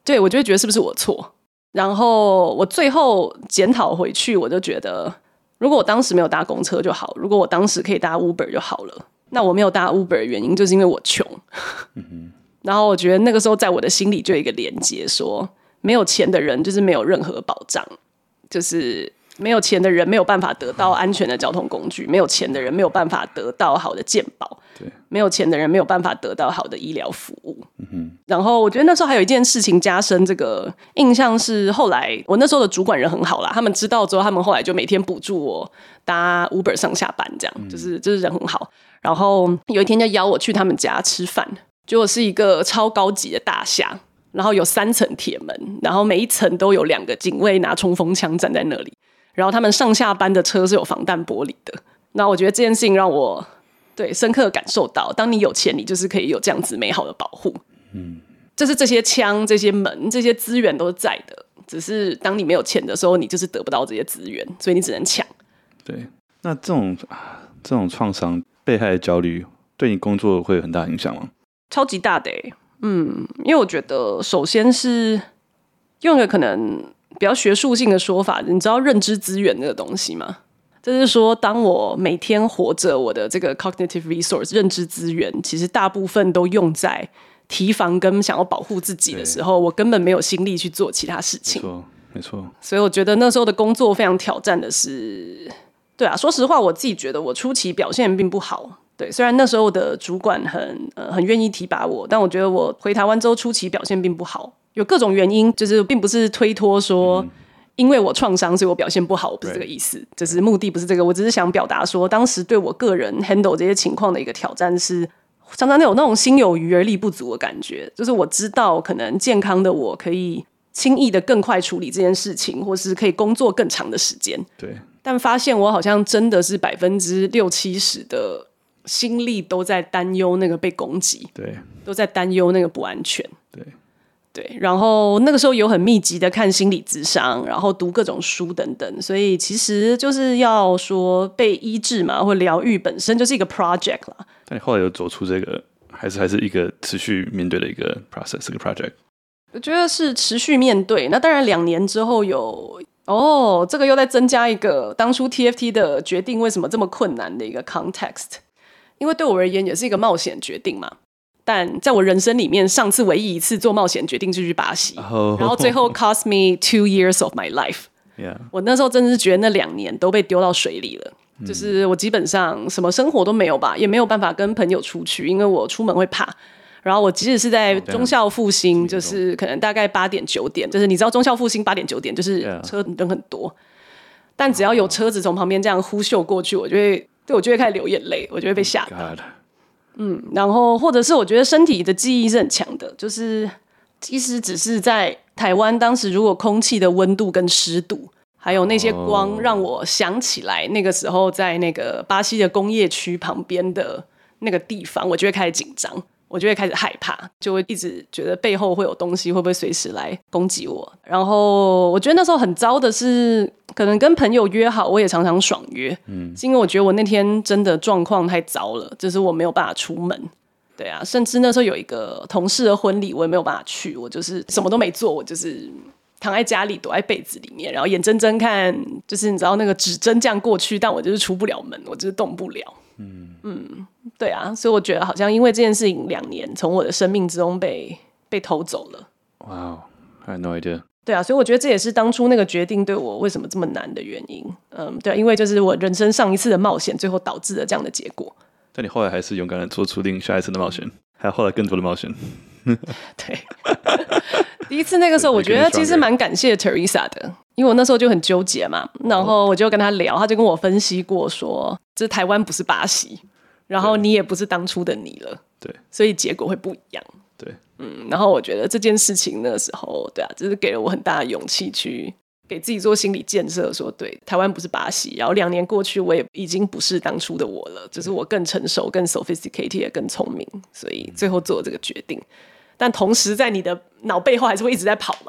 对，我就会觉得是不是我错。然后我最后检讨回去，我就觉得如果我当时没有搭公车就好，如果我当时可以搭 Uber 就好了。那我没有搭 Uber 的原因就是因为我穷。嗯、然后我觉得那个时候在我的心里就有一个连结，说没有钱的人就是没有任何保障，就是没有钱的人没有办法得到安全的交通工具，没有钱的人没有办法得到好的健保，对，没有钱的人没有办法得到好的医疗服务。嗯、然后我觉得那时候还有一件事情加深这个印象是，后来我那时候的主管人很好啦，他们知道之后，他们后来就每天补助我搭 Uber 上下班，这样、嗯、就是就是人很好。然后有一天就邀我去他们家吃饭，结果是一个超高级的大厦，然后有三层铁门，然后每一层都有两个警卫拿冲锋枪站在那里。然后他们上下班的车是有防弹玻璃的。那我觉得这件事情让我对深刻感受到，当你有钱，你就是可以有这样子美好的保护。嗯，就是这些枪、这些门、这些资源都是在的，只是当你没有钱的时候，你就是得不到这些资源，所以你只能抢。 对，那这种这种创伤、被害的焦虑，对你工作会有很大影响吗？ 超级大的欸。嗯，因为我觉得首先是用一个可能比较学术性的说法，你知道认知资源这个东西吗？就是说当我每天活着，我的这个 cognitive resource 认知资源其实大部分都用在提防跟想要保护自己的时候，我根本没有心力去做其他事情。 没错没错。 所以我觉得那时候的工作非常挑战的是，对啊，说实话我自己觉得我初期表现并不好。对，虽然那时候的主管很呃很愿意提拔我，但我觉得我回台湾之后初期表现并不好，有各种原因，就是并不是推脱说、嗯、因为我创伤所以我表现不好，我不是这个意思，就是目的不是这个，我只是想表达说当时对我个人 handle 这些情况的一个挑战是常常有那种心有余而力不足的感觉，就是我知道可能健康的我可以轻易的更快处理这件事情，或是可以工作更长的时间，对，但发现我好像真的是百分之六七十的心力都在担忧那个被攻击，对，都在担忧那个不安全，对对。然后那个时候有很密集的看心理咨商，然后读各种书等等，所以其实就是要说被医治嘛，或疗愈本身就是一个 project 啦。 但你后来有走出这个，还是还是一个持续面对的一个 process， 一个 project？ 我觉得是持续面对。那当然两年之后有哦，这个又再增加一个当初 T F T 的决定为什么这么困难的一个 context。因为对我而言也是一个冒险决定嘛，但在我人生里面上次唯一一次做冒险决定就是去巴西、oh. 然后最后 cost me two years of my life、yeah. 我那时候真的是觉得那两年都被丢到水里了、嗯、就是我基本上什么生活都没有吧，也没有办法跟朋友出去，因为我出门会怕，然后我即使是在忠孝复兴，就是可能大概八点九点，就是你知道忠孝复兴八点九点就是车人很多，但只要有车子从旁边这样呼咻过去，我就会对我就会开始流眼泪，我就会被吓到。God. 嗯，然后或者是我觉得身体的记忆是很强的，就是其实只是在台湾当时如果空气的温度跟湿度还有那些光、oh. 让我想起来那个时候在那个巴西的工业区旁边的那个地方，我就会开始紧张，我就会开始害怕，就会一直觉得背后会有东西会不会随时来攻击我。然后我觉得那时候很糟的是可能跟朋友约好我也常常爽约、嗯、是因为我觉得我那天真的状况太糟了，就是我没有办法出门。对啊，甚至那时候有一个同事的婚礼我也没有办法去，我就是什么都没做，我就是躺在家里躲在被子里面，然后眼睁睁看就是你知道那个指针这样过去，但我就是出不了门，我就是动不了。嗯嗯，对啊，所以我觉得好像因为这件事情两年从我的生命之中被被偷走了。 Wow, I had no idea. 对啊，所以我觉得这也是当初那个决定对我为什么这么难的原因。嗯，对啊，因为就是我人生上一次的冒险最后导致了这样的结果。 但你后来还是勇敢的做出另下一次的冒险，还有后来更多的冒险。 对，第一次那个时候我觉得其实蛮感谢 Teresa 的，因为我那时候就很纠结嘛，然后我就跟他聊，他就跟我分析过说这台湾不是巴西，然后你也不是当初的你了，对，所以结果会不一样。对，嗯，然后我觉得这件事情那时候对啊，就是给了我很大的勇气去给自己做心理建设，说对，台湾不是巴西，然后两年过去我也已经不是当初的我了，就是我更成熟更 sophisticated 也更聪明，所以最后做这个决定。但同时在你的脑背后还是会一直在跑嘛，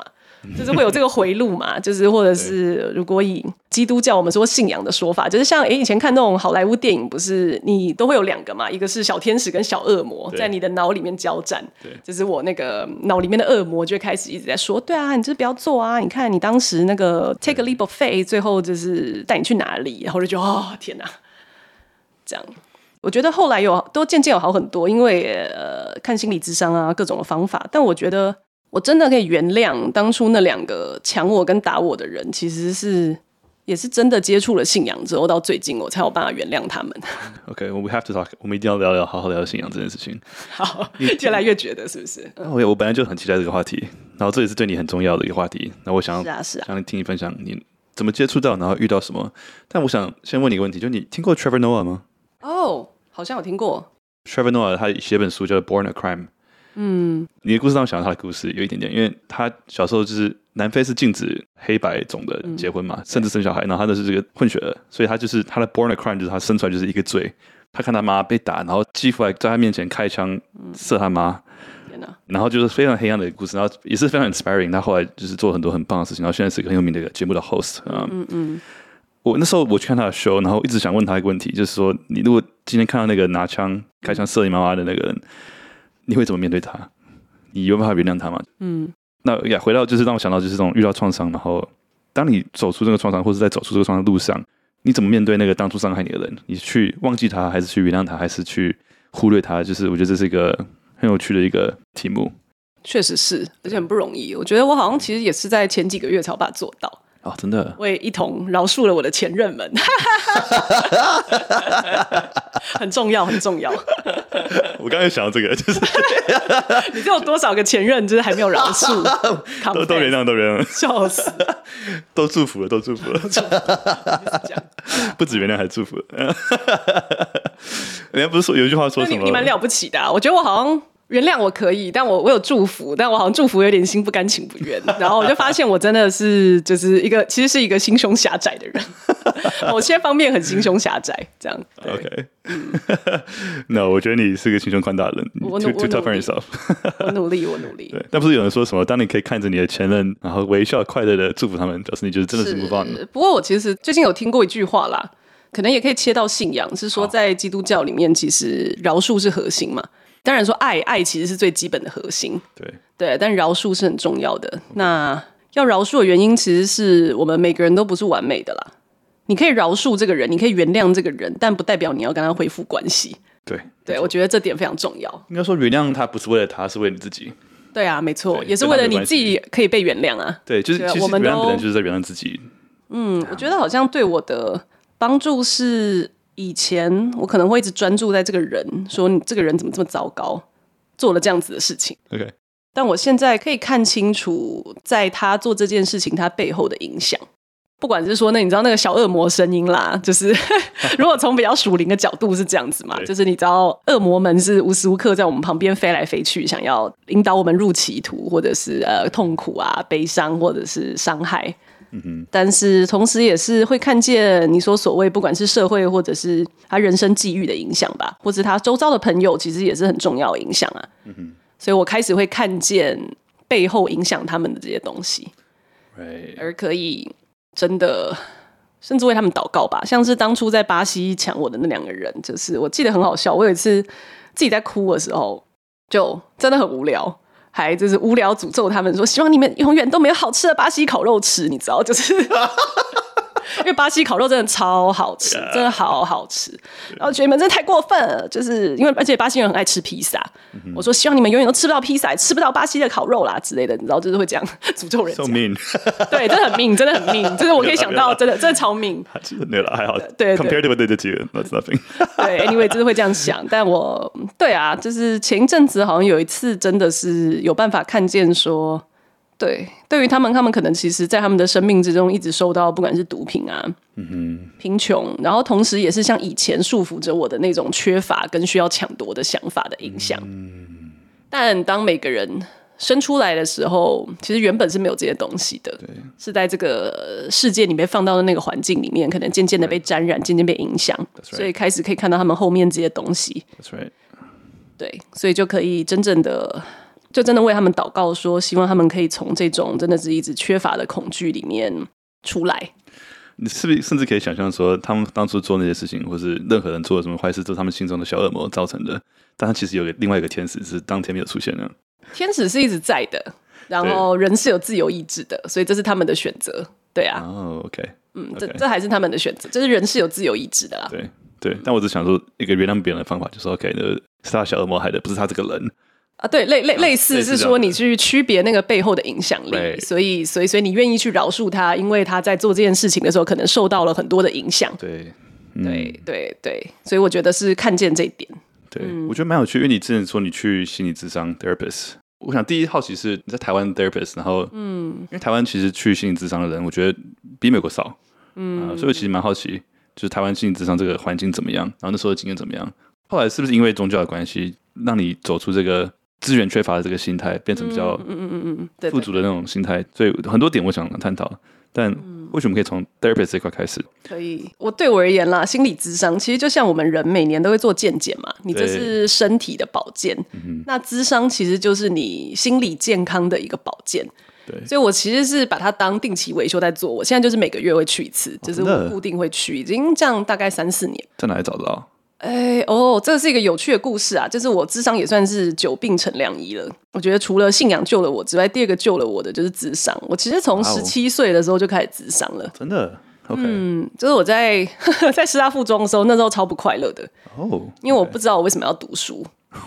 就是会有这个回路嘛，就是或者是如果以基督教我们说信仰的说法，就是像诶以前看那种好莱坞电影，不是你都会有两个嘛，一个是小天使跟小恶魔在你的脑里面交战，就是我那个脑里面的恶魔就会开始一直在说，对啊，你这不要做啊，你看你当时那个 take a leap of faith， 最后就是带你去哪里，然后我就觉得哦天哪，这样。我觉得后来有都渐渐有好很多，因为呃看心理咨商啊各种的方法，但我觉得我真的可以原谅当初那两个抢我跟打我的人，其实是也是真的接触了信仰之后，到最近我才有办法原谅他们。 OK， we have to talk， 我们一定要聊聊，好好聊信仰这件事情。 好，越来越觉得是不是？ 嗯、我本来就很期待这个话题，然后这也是对你很重要的一个话题。那我想， 是啊是啊， 想听你分享你怎么接触到，然后遇到什么。但我想先问你一个问题，就你听过 Trevor Noah 吗？ 哦、oh, 好像有听过。 Trevor Noah 他写本书叫《Born a Crime》。嗯，你的故事让我想到他的故事有一点点，因为他小时候就是南非是禁止黑白种的结婚嘛，嗯、甚至生小孩，然后他的是这个混血儿，所以他就是他的 Born a Crime 就是他生出来就是一个罪。他看他妈被打，然后继父还在他面前开枪射他妈。嗯、然后就是非常黑暗的故事，然后也是非常 inspiring。他后来就是做很多很棒的事情，然后现在是一个很有名的节目的 host。嗯嗯嗯。我那时候我去看他的 show， 然后一直想问他一个问题，就是说，你如果今天看到那个拿枪开枪射你妈妈的那个人，你会怎么面对他？你有办法原谅他吗？嗯，那呀，回到就是让我想到就是这种遇到创伤，然后当你走出这个创伤，或者在走出这个创伤的路上，你怎么面对那个当初伤害你的人？你去忘记他，还是去原谅他，还是去忽略他？就是我觉得这是一个很有趣的一个题目。 确实是，而且很不容易。我觉得我好像其实也是在前几个月才有把它做到。 哦，真的， 我也一同饶恕了我的前任们，很重要，很重要。 我刚才想到这个，就是你这有多少个前任，就是还没有饶恕？ 都都原谅，都原谅， 笑死， 都祝福了，都祝福了，不止原谅，还祝福了。人家不是说有一句话说什么？ 你蛮了不起的、啊，我觉得我好像。原谅我可以，但我我有祝福，但我好像祝福有点心不甘情不愿。然后我就发现我真的是就是一个其实是一个心胸狭窄的人，某些方面很心胸狭窄，这样。 OK， no， 我觉得你是个心胸宽大的人。 我 too, too tough on yourself 我努力，我努力。 对，但不是有人说什么？当你可以看着你的前任，然后微笑快乐的祝福他们，表示你就是真的是 move on。 不过我其实最近有听过一句话啦，可能也可以切到信仰，是说在基督教里面，其实饶恕是核心嘛。当然说爱爱其实是最基本的核心， 对对，但饶恕是很重要的。那要饶恕的原因，其实是我们每个人都不是完美的啦。你可以饶恕这个人，你可以原谅这个人，但不代表你要跟他恢复关系。 对对，我觉得这点非常重要。 应该说原谅他不是为了他，是为了你自己。 对啊，没错，也是为了你自己可以被原谅啊。 对，就是其实原谅别人就是在原谅自己。 嗯，我觉得好像对我的帮助是。以前我可能会一直专注在这个人，说你这个人怎么这么糟糕，做了这样子的事情。 Okay. 但我现在可以看清楚，在他做这件事情他背后的影响。不管是说那你知道那个小恶魔声音啦，就是如果从比较属灵的角度是这样子嘛，就是你知道恶魔们是无时无刻在我们旁边飞来飞去，想要引导我们入歧途，或者是呃痛苦啊、悲伤，或者是伤害。嗯、但是同时也是会看见你说所谓不管是社会或者是他人生际遇的影响吧，或者他周遭的朋友其实也是很重要的影响啊、嗯、所以我开始会看见背后影响他们的这些东西、right. 而可以真的甚至为他们祷告吧。像是当初在巴西抢我的那两个人，就是我记得很好笑，我有一次自己在哭的时候就真的很无聊，还就是无聊诅咒他们说希望你们永远都没有好吃的巴西烤肉吃，你知道，就是因为巴西烤肉真的超好吃，真的好好吃，然后觉得你们真的太过分了，就是因为而且巴西人很爱吃披萨、嗯、我说希望你们永远都吃不到披萨，吃不到巴西的烤肉啦之类的，你知道，就是会这样诅咒人家 so mean 对，真的很命，真的很命，就是我可以想到真的真的超命， 对了还好， 对 compared to what they did to you that's nothing 对 anyway 就是会这样想，但我对啊，就是前一阵子好像有一次真的是有办法看见说对，对于他们他们可能其实在他们的生命之中一直受到不管是毒品啊、嗯、哼贫穷，然后同时也是像以前束缚着我的那种缺乏跟需要抢夺的想法的影响、嗯、但当每个人生出来的时候其实原本是没有这些东西的，是在这个世界里面放到的那个环境里面可能渐渐的被沾染，渐渐被影响、right. 所以开始可以看到他们后面这些东西。 That's right. 对，所以就可以真正的就真的为他们祷告说，希望他们可以从这种真的是一直缺乏的恐惧里面出来。 你是不是甚至可以想象说，他们当初做那些事情，或是任何人做了什么坏事，都是他们心中的小恶魔造成的？但他其实有另外一个天使是当天没有出现的。 天使是一直在的，然后人是有自由意志的，所以这是他们的选择。对啊， 哦 ，OK， 嗯， okay. 这这还是他们的选择，就是人是有自由意志的啦。 对对，但我只想说，一个原谅别人的方法就是 OK 的，是他小恶魔害的，不是他这个人。 啊，对，类类类似是说你去区别那个背后的影响力，所以所以所以你愿意去饶恕他，因为他在做这件事情的时候可能受到了很多的影响。 对， 嗯、对对对，所以我觉得是看见这一点。 对，嗯、我觉得蛮有趣，因为你之前说你去心理咨商 therapist， 我想第一好奇是你在台湾 therapist， 然后嗯，因为台湾其实去心理咨商的人，我觉得比美国少，嗯、呃，所以我其实蛮好奇，就是台湾心理咨商这个环境怎么样，然后那时候的经验怎么样，后来是不是因为宗教的关系，让你走出这个资源缺乏的这个心态，变成比较富足的那种心态，所以很多点我想探讨。但为什么可以从 therapist 这块开始？ 可以，我对我而言啦，心理咨商其实就像我们人每年都会做健检嘛，你这是身体的保健，那咨商其实就是你心理健康的一个保健。对，所以我其实是把它当定期维修在做。我现在就是每个月会去一次，就是我固定会去，已经这样大概三四年。 在哪里找得到？ 哎哦，这是一个有趣的故事啊！就是我諮商也算是久病成良医了。我觉得除了信仰救了我之外，第二个救了我的就是諮商。我其实从十七岁的时候就开始諮商了， 真的。Okay. 嗯，就是我在在师大附中的时候，那时候超不快乐的哦， oh, okay. 因为我不知道我为什么要读书。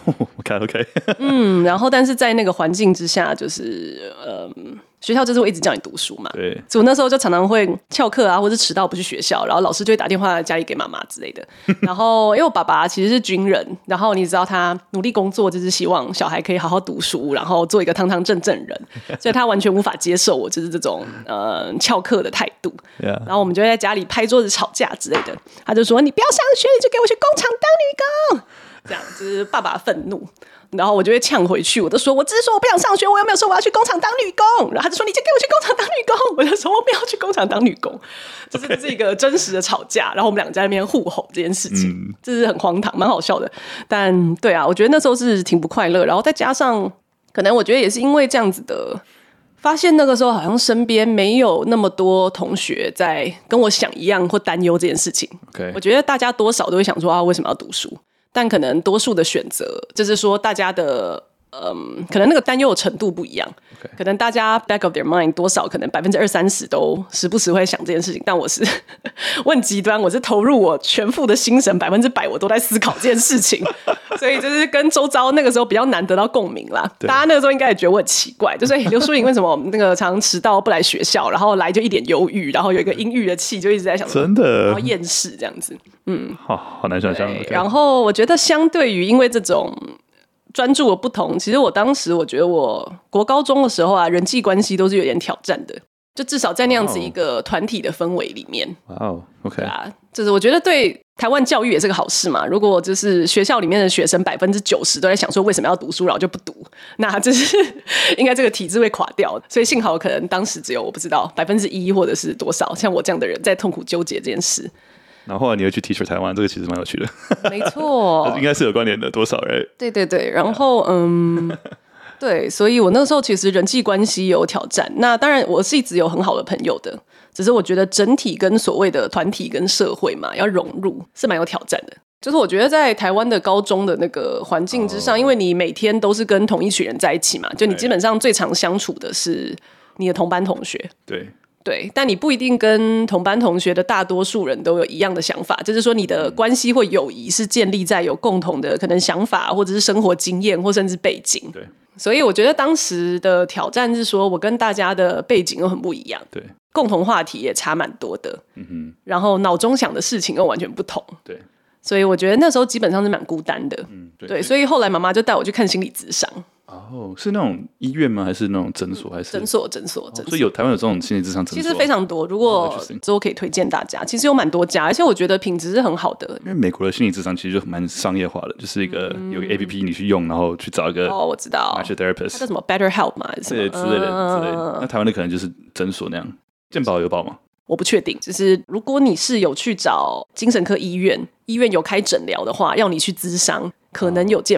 OK OK， 嗯，然后但是在那个环境之下，就是嗯，学校就是会一直叫你读书嘛，对，所以我那时候就常常会翘课啊，或者迟到不去学校，然后老师就会打电话家里给妈妈之类的。然后因为我爸爸其实是军人，然后你知道他努力工作就是希望小孩可以好好读书，然后做一个堂堂正正人，所以他完全无法接受我就是这种呃翘课的态度。Yeah. 然后我们就会在家里拍桌子吵架之类的，他就说你不要上学，你就给我去工厂当女工。这样就是爸爸愤怒，然后我就会呛回去，我就说我只是说我不想上学，我又没有说我要去工厂当女工。然后他就说你就给我去工厂当女工，我就说我不要去工厂当女工。这是这是一个真实的吵架，然后我们两个在那边互吼这件事情，嗯、这是很荒唐蛮好笑的。但对啊，我觉得那时候是挺不快乐，然后再加上可能我觉得也是因为这样子的发现，那个时候好像身边没有那么多同学在跟我想一样或担忧这件事情。Okay. 我觉得大家多少都会想说啊，为什么要读书？但可能多数的选择，就是说大家的，嗯，可能那个担忧的程度不一样。Okay. 可能大家 back of their mind 多少可能百分之二三十都时不时会想这件事情，但我是我很极端，我是投入我全副的心神，百分之百我都在思考这件事情，所以就是跟周遭那个时候比较难得到共鸣啦。大家那个时候应该也觉得我很奇怪，就是刘淑颖为什么那个常常迟到不来学校，然后来就一脸忧郁，然后有一个阴郁的气，就一直在想真的， 然后厌世这样子。嗯， 好好难想象。Okay. 然后我觉得相对于因为这种专注的不同，其实我当时我觉得我国高中的时候啊，人际关系都是有点挑战的，就至少在那样子一个团体的氛围里面。 哇哦 ，OK， 对啊，就是我觉得对台湾教育也是个好事嘛。如果就是学校里面的学生百分之九十都在想说为什么要读书，然后就不读，那就是应该这个体制会垮掉。所以幸好可能当时只有我不知道百分之一或者是多少，像我这样的人在痛苦纠结这件事。 然后后来你又去 Teacher 台湾，这个其实蛮有趣的。 没错， 应该是有关联的，多少人？ 对对对，然后嗯，对，所以我那个时候其实人际关系有挑战。那当然我是一直有很好的朋友的，只是我觉得整体跟所谓的团体跟社会嘛，要融入是蛮有挑战的。就是我觉得在台湾的高中的那个环境之上， oh. 因为你每天都是跟同一群人在一起嘛，就你基本上最常相处的是你的同班同学。对。对，但你不一定跟同班同学的大多数人都有一样的想法，就是说你的关系或友谊是建立在有共同的可能想法或者是生活经验或甚至背景。对，所以我觉得当时的挑战是说我跟大家的背景又很不一样，对，共同话题也差蛮多的，嗯哼，然后脑中想的事情又完全不同，对，所以我觉得那时候基本上是蛮孤单的，嗯，对，对，所以后来妈妈就带我去看心理咨商。 哦，是那种医院吗？还是那种诊所？还是诊所？诊所，诊所。 所以有台湾有这种心理咨商诊所， 其实非常多。如果之后可以推荐大家，其实有蛮多家，而且我觉得品质是很好的。 因为美国的心理咨商其实就蛮商业化的，就是一个、嗯、有一个 A P P 你去用，然后去找一个哦，我知道 match therapist， 它叫什么 BetterHelp 嘛， 之类的之类的。嗯、那台湾的可能就是诊所那样。健保有保吗？ 我不确定，就是如果你是有去找精神科医院，医院有开诊疗的话，要你去咨商，可能有健保。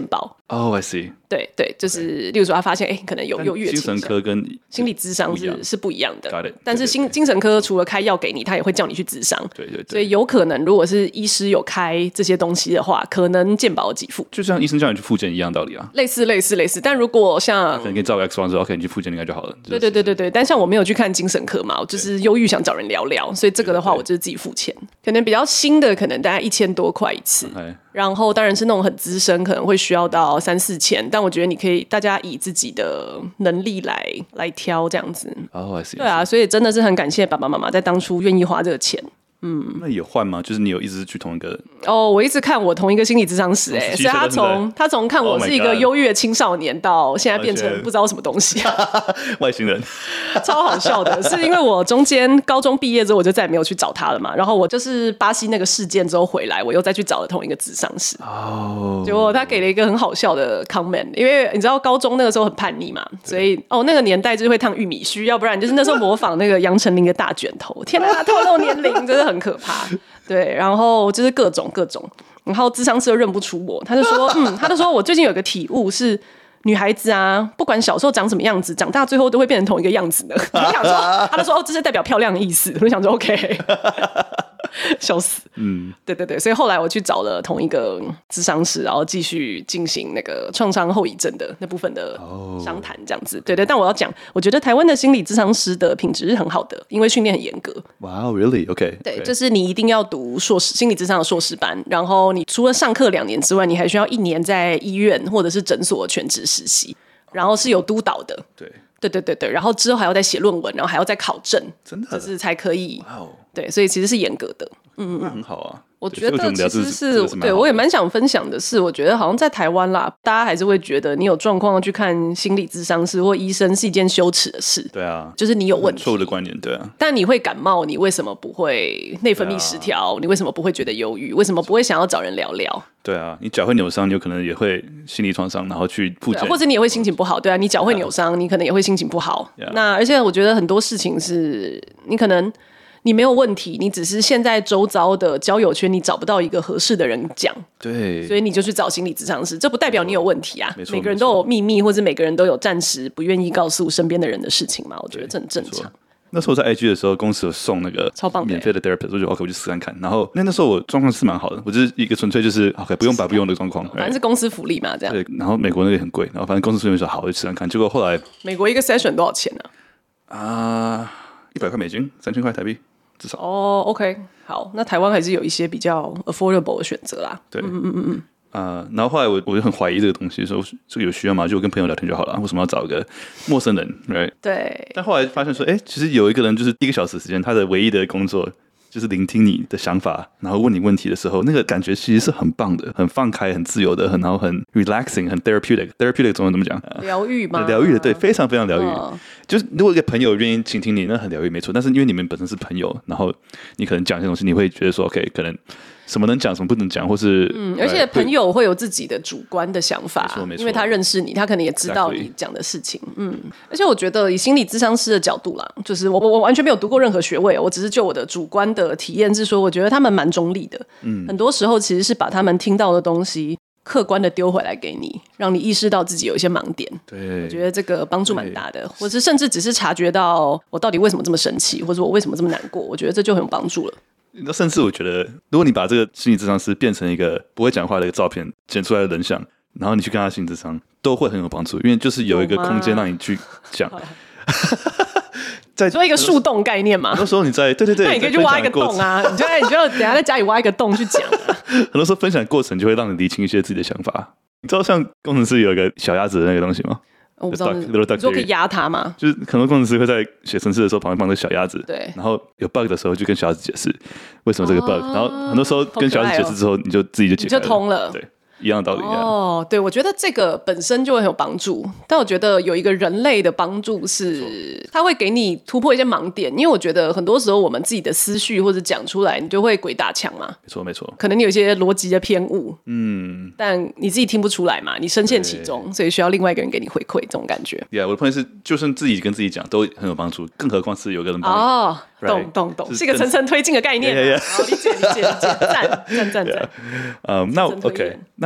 哦、oh, I see。 对对，就是例如说他发现哎，可能有忧郁的倾向， 精神科跟心理咨商是是不一样的。 Got it， 但是心精神科除了开药给你，他也会叫你去咨商。 对对对。 所以有可能，如果是医师有开这些东西的话，可能健保给付， 就像医生叫你去复健一样道理啊。 类似类似类似，但如果像可能给你照个 X 光之后 ，OK， 你去复健应该就好了。 对对对对对。但像我没有去看精神科嘛，我就是忧郁想找人聊聊，所以这个的话，我就是自己付钱。可能比较新的，可能大概一千多块一次。Okay. 然后当然是那种很资深，可能会需要到三四千。但我觉得你可以，大家以自己的能力来来挑这样子。 哦、oh, I see. 对啊，所以真的是很感谢爸爸妈妈在当初愿意花这个钱。嗯， 那有换吗？就是你有一直去同一个？ 哦，我一直看我同一个心理咨商师、欸，哎，所以他从他从看我是一个忧郁的青少年，到现在变成不知道什么东西、啊， 外星人， 超好笑的。是因为我中间高中毕业之后，我就再也没有去找他了嘛。然后我就是巴西那个事件之后回来，我又再去找了同一个咨商师。哦，结果他给了一个很好笑的 comment， 因为你知道高中那个时候很叛逆嘛，所以哦那个年代就是会烫玉米须，要不然就是那时候模仿那个杨丞琳的大卷头。天哪，透露年龄真的很。很可怕，对，然后就是各种各种，然后咨商师又认不出我，他就说，嗯，他就说我最近有个体悟是，女孩子啊，不管小时候长什么样子，长大最后都会变成同一个样子的。我就想说，他就说哦，这是代表漂亮的意思。我就想说 ，OK， 笑死，嗯，对对对，所以后来我去找了同一个咨商师，然后继续进行那个创伤后遗症的那部分的商谈，这样子，对对。但我要讲，我觉得台湾的心理咨商师的品质是很好的，因为训练很严格。 Wow, really? OK. 对，就是你一定要读硕士心理咨商的硕士班，然后你除了上课两年之外，你还需要一年在医院或者是诊所全职实习，然后是有督导的。 对。 对对对对，然后之后还要再写论文，然后还要再考证， 真的， 就是才可以。 哇哦， 对，所以其实是严格的。嗯， 那很好啊。 我觉得其实是，对，我也蛮想分享的是，我觉得好像在台湾啦，大家还是会觉得你有状况去看心理咨商师或医生是一件羞耻的事。 对啊， 就是你有问题， 错误的观念，对啊。 但你会感冒，你为什么不会内分泌失调？你为什么不会觉得忧郁？为什么不会想要找人聊聊？ 对啊，你脚会扭伤，你有可能也会心理创伤，然后去复健， 或者你也会心情不好。对啊，你脚会扭伤，你可能也会心情不好。Yeah. 那而且我觉得很多事情是你可能。你没有问题，你只是现在周遭的交友圈你找不到一个合适的人讲， 对， 所以你就去找心理咨商师，这不代表你有问题啊。每个人都有秘密，或者每个人都有暂时不愿意告诉身边的人的事情嘛，我觉得这很正常。 那时候在 I G 的时候，公司有送那个超棒免费的 therapist， 我就 OK， 我就试看看。然后那那时候我状况是蛮好的，我就是一个纯粹就是 OK， 不用白不用的状况， 反正是公司福利嘛，这样。 对，然后美国那个也很贵，然后反正公司福利说好，我就试看看。结果后来美国一个 session 多少钱呢？ 啊，一百块美金，三千块台币。 哦、oh, ，OK， 好，那台湾还是有一些比较 affordable 的选择啦。 对，嗯嗯嗯嗯。呃，然后后来我我就很怀疑这个东西，说这个有需要吗？就跟朋友聊天就好了，为什么要找一个陌生人 ？Right？ 对。 但后来发现说，哎，其实有一个人就是一个小时时间，他的唯一的工作就是聆听你的想法，然后问你问题的时候，那个感觉其实是很棒的，很放开、很自由的，很然后很 relaxing、很 therapeutic。therapeutic 中文怎么讲？ 疗愈吗？ 疗愈的，对，非常非常疗愈。哦、就是如果一个朋友愿意倾听你，那很疗愈，没错。但是因为你们本身是朋友，然后你可能讲一些东西，你会觉得说 ，OK， 可能什么能讲，什么不能讲，或是嗯，而且朋友会有自己的主观的想法， 没错没错， 因为他认识你，他可能也知道你讲的事情。嗯，而且我觉得以心理咨商师的角度啦，就是我我完全没有读过任何学位，我只是就我的主观的体验是说，我觉得他们蛮中立的。嗯，很多时候其实是把他们听到的东西客观的丢回来给你，让你意识到自己有一些盲点。 对， 我觉得这个帮助蛮大的，或者甚至只是察觉到我到底为什么这么生气，或者我为什么这么难过，我觉得这就很有帮助了。 那甚至我觉得，如果你把这个心理咨商师变成一个不会讲话的一个照片，剪出来的人像，然后你去跟他心理咨商，都会很有帮助，因为就是有一个空间让你去讲。 在做一个树洞概念嘛， 很多时候你在对对对， 那你可以去挖一个洞啊，你就你就等一下在家里挖一个洞去讲啊。 很多时候分享过程就会让你理清一些自己的想法。你知道像工程师有一个小鸭子的那个东西吗？ 我不知道，你说可以压它吗？ 就是很多工程师会在写程式的时候旁边放个小鸭子， 对， 然后有 bug 的时候就跟小鸭子解释为什么这个 bug，、哦、然后很多时候跟小鸭子解释之后，你就自己就解开了， 你就通了， 对。一样的道理哦，对，我觉得这个本身就会很有帮助，但我觉得有一个人类的帮助是，它会给你突破一些盲点，因为我觉得很多时候我们自己的思绪或者讲出来，你就会鬼打墙嘛， 没错没错， 可能你有一些逻辑的偏误，嗯，但你自己听不出来嘛，你深陷其中，所以需要另外一个人给你回馈，这种感觉。 Yeah， 我的朋友是，就算自己跟自己讲都很有帮助，更何况是有个人帮你。 哦，懂懂懂，是一个层层推进的概念。好，理解理解理解，赞赞赞赞。 嗯，那 OK， 那 ，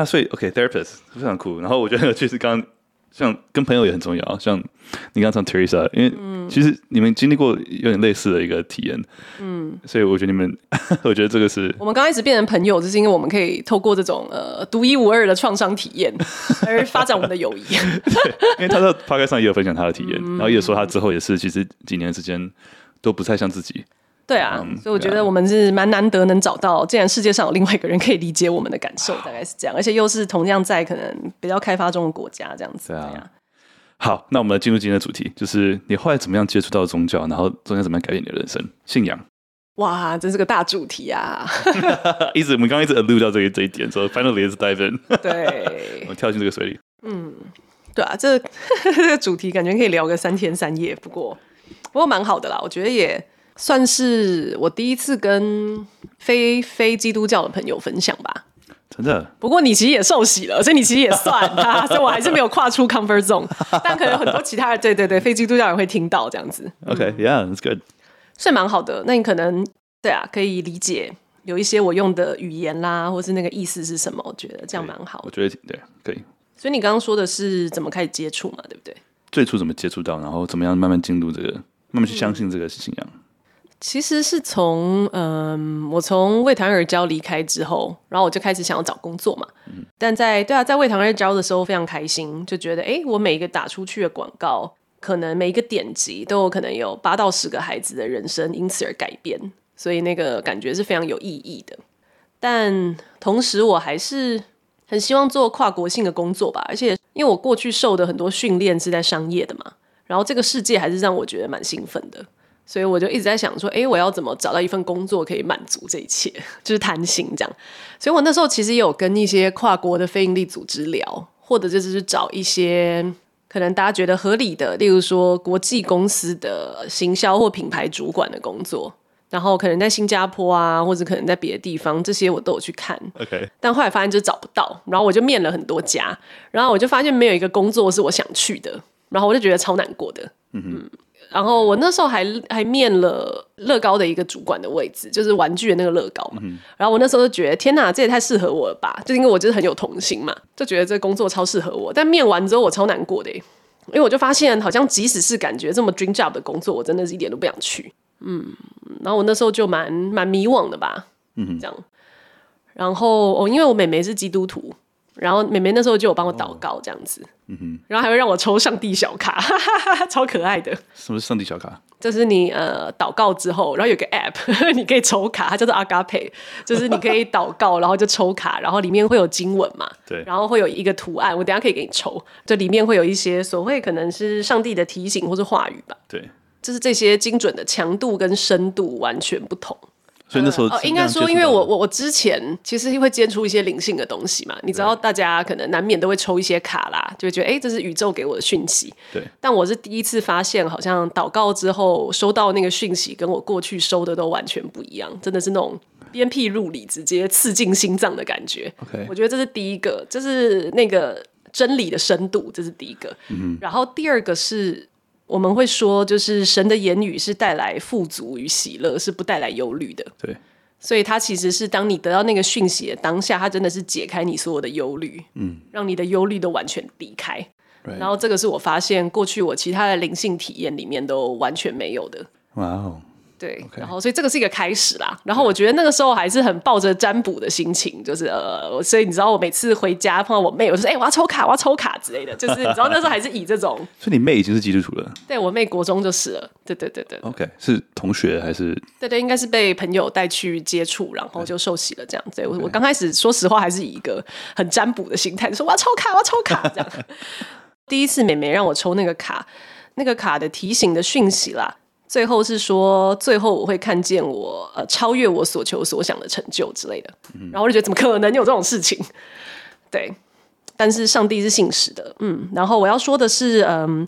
所以 OK therapist 非常酷。然后我觉得很有趣是刚刚像跟朋友也很重要，像你刚刚讲 Teresa， 因为其实你们经历过有点类似的一个体验，嗯，所以我觉得你们，我觉得这个是我们刚开始变成朋友，就是因为我们可以透过这种呃独一无二的创伤体验而发展我们的友谊。 对，因为他在 podcast 上也有分享他的体验，然后也说他之后也是其实几年之间都不太像自己。 对啊，嗯、所以我觉得我们是蛮难得能找到，既然世界上有另外一个人可以理解我们的感受，大概是这样，而且又是同样在可能比较开发中的国家这样子。 对啊。对啊，好，那我们进入今天的主题，就是你后来怎么样接触到宗教，然后中间怎么样改变你的人生信仰？ 哇，这是个大主题啊！ 一直我们刚刚一直 allude 到这个这一点，所以 finally let's dive in。 对， 我们跳进这个水里。 嗯，对啊，这这个主题感觉可以聊个三天三夜，不过不过蛮好的啦，我觉得也算是我第一次跟非非基督教的朋友分享吧。 真的？ 不过你其实也受洗了，所以你其实也算啊，所以我还是没有跨出 comfort zone。但可能很多其他人，对对对，非基督教人会听到这样子。 OK，yeah，that's good。 所以蛮好的。那你可能对啊，可以理解有一些我用的语言啦，或是那个意思是什么，我觉得这样蛮好的。 我觉得对，可以。 所以你刚刚说的是怎么开始接触嘛，对不对？ 最初怎么接触到，然后怎么样慢慢进入这个，慢慢去相信这个信仰。嗯， 其实是从嗯，我从为台湾而教离开之后，然后我就开始想要找工作嘛。嗯，但在对啊，在为台湾而教的时候非常开心，就觉得哎，我每一个打出去的广告，可能每一个点击都有可能有八到十个孩子的人生因此而改变，所以那个感觉是非常有意义的。但同时，我还是很希望做跨国性的工作吧，而且因为我过去受的很多训练是在商业的嘛，然后这个世界还是让我觉得蛮兴奋的。所以我就一直在想说，哎，我要怎么找到一份工作可以满足这一切，就是弹性这样。所以我那时候其实也有跟一些跨国的非营利组织聊，或者就是找一些可能大家觉得合理的，例如说国际公司的行销或品牌主管的工作，然后可能在新加坡啊，或者可能在别的地方，这些我都有去看。 OK， 但后来发现就找不到，然后我就面了很多家，然后我就发现没有一个工作是我想去的，然后我就觉得超难过的。嗯哼。嗯，然后我那时候还还面了乐高的一个主管的位置，就是玩具的那个乐高嘛。嗯、然后我那时候就觉得，天哪，这也太适合我了吧！就因为我就是很有童心嘛，就觉得这工作超适合我。但面完之后，我超难过的耶，因为我就发现，好像即使是感觉这么 dream job 的工作，我真的是一点都不想去。嗯，然后我那时候就蛮蛮迷惘的吧。嗯，这样。然后哦，因为我妹妹是基督徒。然后妹妹那时候就有帮我祷告这样子，哦嗯、哼然后还会让我抽上帝小卡，哈哈哈哈，超可爱的。 什么是上帝小卡？ 就是你呃祷告之后，然后有个 app 你可以抽卡，它叫做 Agape， 就是你可以祷告，然后就抽卡，然后里面会有经文嘛， 对， 然后会有一个图案，我等一下可以给你抽，就里面会有一些所谓可能是上帝的提醒或是话语吧， 对， 就是这些精准的强度跟深度完全不同。 所以那时候、 呃哦、应该说，因为我我我之前其实会接触一些灵性的东西嘛，你知道，大家可能难免都会抽一些卡啦，就会觉得哎，这是宇宙给我的讯息。 对， 但我是第一次发现，好像祷告之后收到那个讯息，跟我过去收的都完全不一样，真的是那种鞭辟入里，直接刺进心脏的感觉。 Okay. 我觉得这是第一个，就是那个真理的深度，这是第一个。嗯、然后第二个是。我们会说，就是神的言语是带来富足与喜乐，是不带来忧虑的。 对， 所以它其实是当你得到那个讯息的当下，它真的是解开你所有的忧虑，嗯，让你的忧虑都完全离开。Right. 然后这个是我发现过去我其他的灵性体验里面都完全没有的。 哇哦！ 对， okay. 然后所以这个是一个开始啦。然后我觉得那个时候还是很抱着占卜的心情，就是呃，所以你知道我每次回家碰到我妹，我就说哎、欸，我要抽卡，我要抽卡之类的。就是你知道那时候还是以这种， 所以你妹已经是基督徒了。 对，我妹国中就是了。对对对对。 OK， 是同学还是？ 对对，应该是被朋友带去接触，然后就受洗了这样子。我我刚开始说实话还是以一个很占卜的心态，就说我要抽卡，我要抽卡这样。第一次妹妹让我抽那个卡，那个卡的提醒的讯息啦。最后是说，最后我会看见我呃超越我所求所想的成就之类的，嗯、然后我就觉得怎么可能有这种事情？对，但是上帝是信实的，嗯。然后我要说的是，嗯，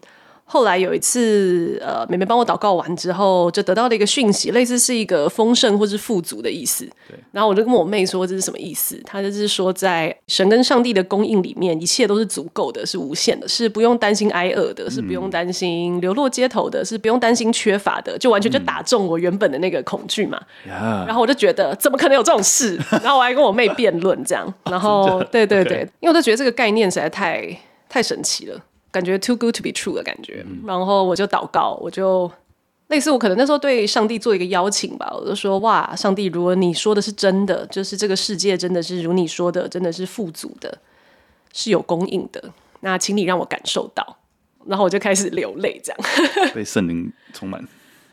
后来有一次，呃，妹妹帮我祷告完之后，就得到了一个讯息，类似是一个丰盛或是富足的意思。然后我就跟我妹说这是什么意思？她就是说，在神跟上帝的供应里面，一切都是足够的，是无限的，是不用担心挨饿的，是不用担心流落街头的，是不用担心缺乏的，就完全就打中我原本的那个恐惧嘛。Yeah. 然后我就觉得怎么可能有这种事？然后我还跟我妹辩论这样。然后对对对， okay. 因为我就觉得这个概念实在太太神奇了。感觉 too good to be true 的感觉、嗯、然后我就祷告，我就类似我可能那时候对上帝做一个邀请吧，我就说哇，上帝，如果你说的是真的，就是这个世界真的是如你说的，真的是富足的，是有供应的，那请你让我感受到。然后我就开始流泪这样被圣灵充满。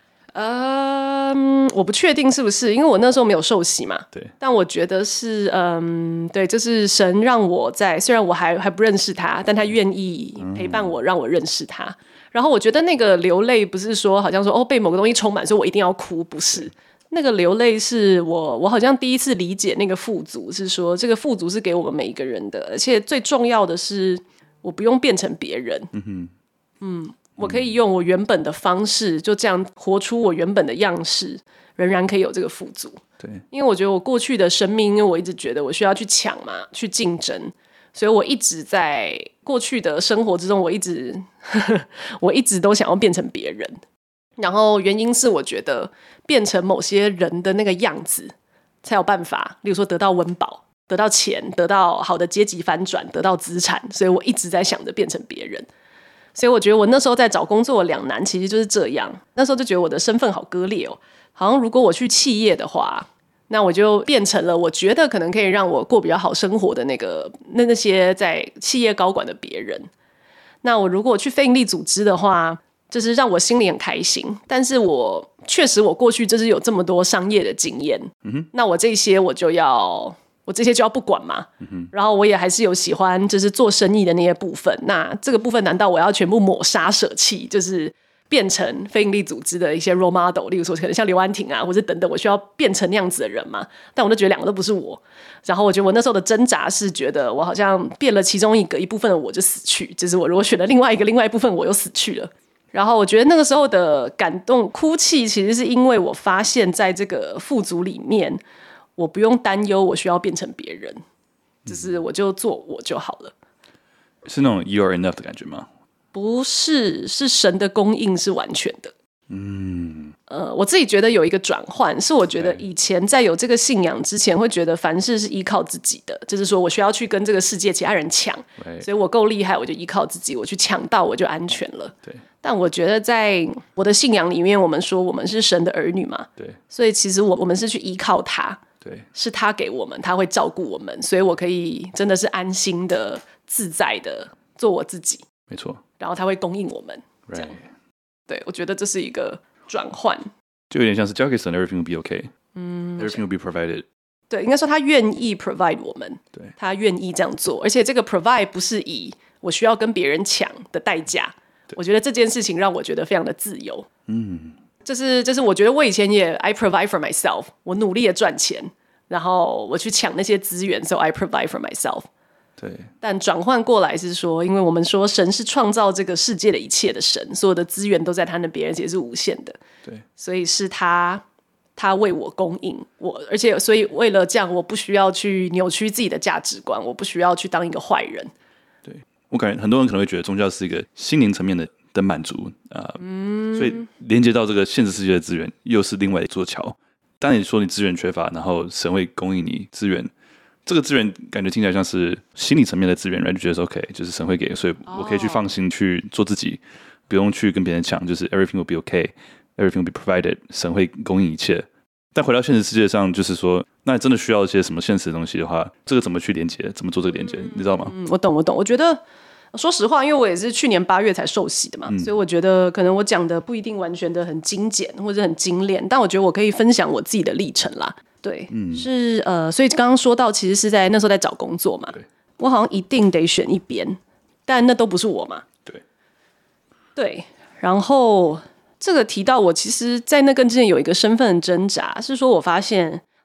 嗯，我不确定是不是，因为我那时候没有受洗嘛。 对。 但我觉得是，嗯，对，就是神让我在，虽然我还还不认识他，但他愿意陪伴我，让我认识他。嗯、然后我觉得那个流泪不是说好像说哦被某个东西充满，所以我一定要哭，不是。那个流泪是我我好像第一次理解那个富足，是说这个富足是给我们每一个人的，而且最重要的是我不用变成别人。嗯哼，嗯。我可以用我原本的方式就这样活出我原本的样式，仍然可以有这个富足。 对， 因为我觉得我过去的生命，因为我一直觉得我需要去抢嘛，去竞争，所以我一直在过去的生活之中，我一直呵呵我一直都想要变成别人。然后原因是我觉得变成某些人的那个样子才有办法，例如说得到温饱，得到钱，得到好的阶级翻转，得到资产，所以我一直在想着变成别人。所以我觉得我那时候在找工作的两难其实就是这样。那时候就觉得我的身份好割裂哦，好像如果我去企业的话，那我就变成了我觉得可能可以让我过比较好生活的那个那那些在企业高管的别人。那我如果去非营利组织的话，就是让我心里很开心，但是我确实我过去就是有这么多商业的经验、嗯、那我这些我就要我这些就要不管嘛、嗯、然后我也还是有喜欢就是做生意的那些部分，那这个部分难道我要全部抹杀舍弃，就是变成非营利组织的一些 role model， 例如说可能像刘安婷啊或者等等，我需要变成那样子的人嘛？但我就觉得两个都不是我，然后我觉得我那时候的挣扎是觉得我好像变了其中一个一部分的我就死去，就是我如果选了另外一个另外一部分我又死去了。然后我觉得那个时候的感动哭泣其实是因为我发现在这个富足里面我不用担忧我需要变成别人，就是我就做我就好了。 是那种 you are enough 的感觉吗？ 不是，是神的供应是完全的。嗯，呃，我自己觉得有一个转换，是我觉得以前在有这个信仰之前，会觉得凡事是依靠自己的，就是说我需要去跟这个世界其他人抢，所以我够厉害，我就依靠自己，我去抢到我就安全了。 对。 但我觉得在我的信仰里面，我们说我们是神的儿女嘛， 对， 所以其实我我们是去依靠他。 对， 是他给我们，他会照顾我们，所以我可以真的是安心的、自在的做我自己。 没错， 然后他会供应我们，这样。对，我觉得这是一个转换， 就有点像是交给神 ，everything will be okay， 嗯 ，everything will be provided。 对，应该说他愿意 provide 我们， 对， 他愿意这样做，而且这个 provide 不是以我需要跟别人抢的代价。我觉得这件事情让我觉得非常的自由。嗯。就是就是我觉得我以前也 I provide for myself， 我努力的赚钱，然后我去抢那些资源 so I provide for myself。 对， 但转换过来是说，因为我们说神是创造这个世界的一切的神，所有的资源都在他那边，而且是无限的。 对， 所以是他他为我供应我，而且所以为了这样我不需要去扭曲自己的价值观，我不需要去当一个坏人。 对，我感觉很多人可能会觉得宗教是一个心灵层面的的满足、呃嗯、所以连接到这个现实世界的资源又是另外一座桥。当你说你资源缺乏，然后神会供应你资源，这个资源感觉听起来像是心理层面的资源，然后就觉得说 OK 就是神会给，所以我可以去放心去做自己、哦、不用去跟别人抢，就是 everything will be okay， everything will be provided， 神会供应一切。但回到现实世界上，就是说那你真的需要一些什么现实的东西的话，这个怎么去连接，怎么做这个连接、嗯、你知道吗？ 嗯，我懂我懂。我觉得说实话，因为我也是去年八月才受洗的嘛、嗯、所以我觉得可能我讲的不一定完全的很精简或者很精炼，但我觉得我可以分享我自己的历程啦。对、嗯、是呃，所以刚刚说到其实是在那时候在找工作嘛，我好像一定得选一边，但那都不是我嘛。 对对，然后这个提到我其实在那更之前有一个身份的挣扎，是说我发现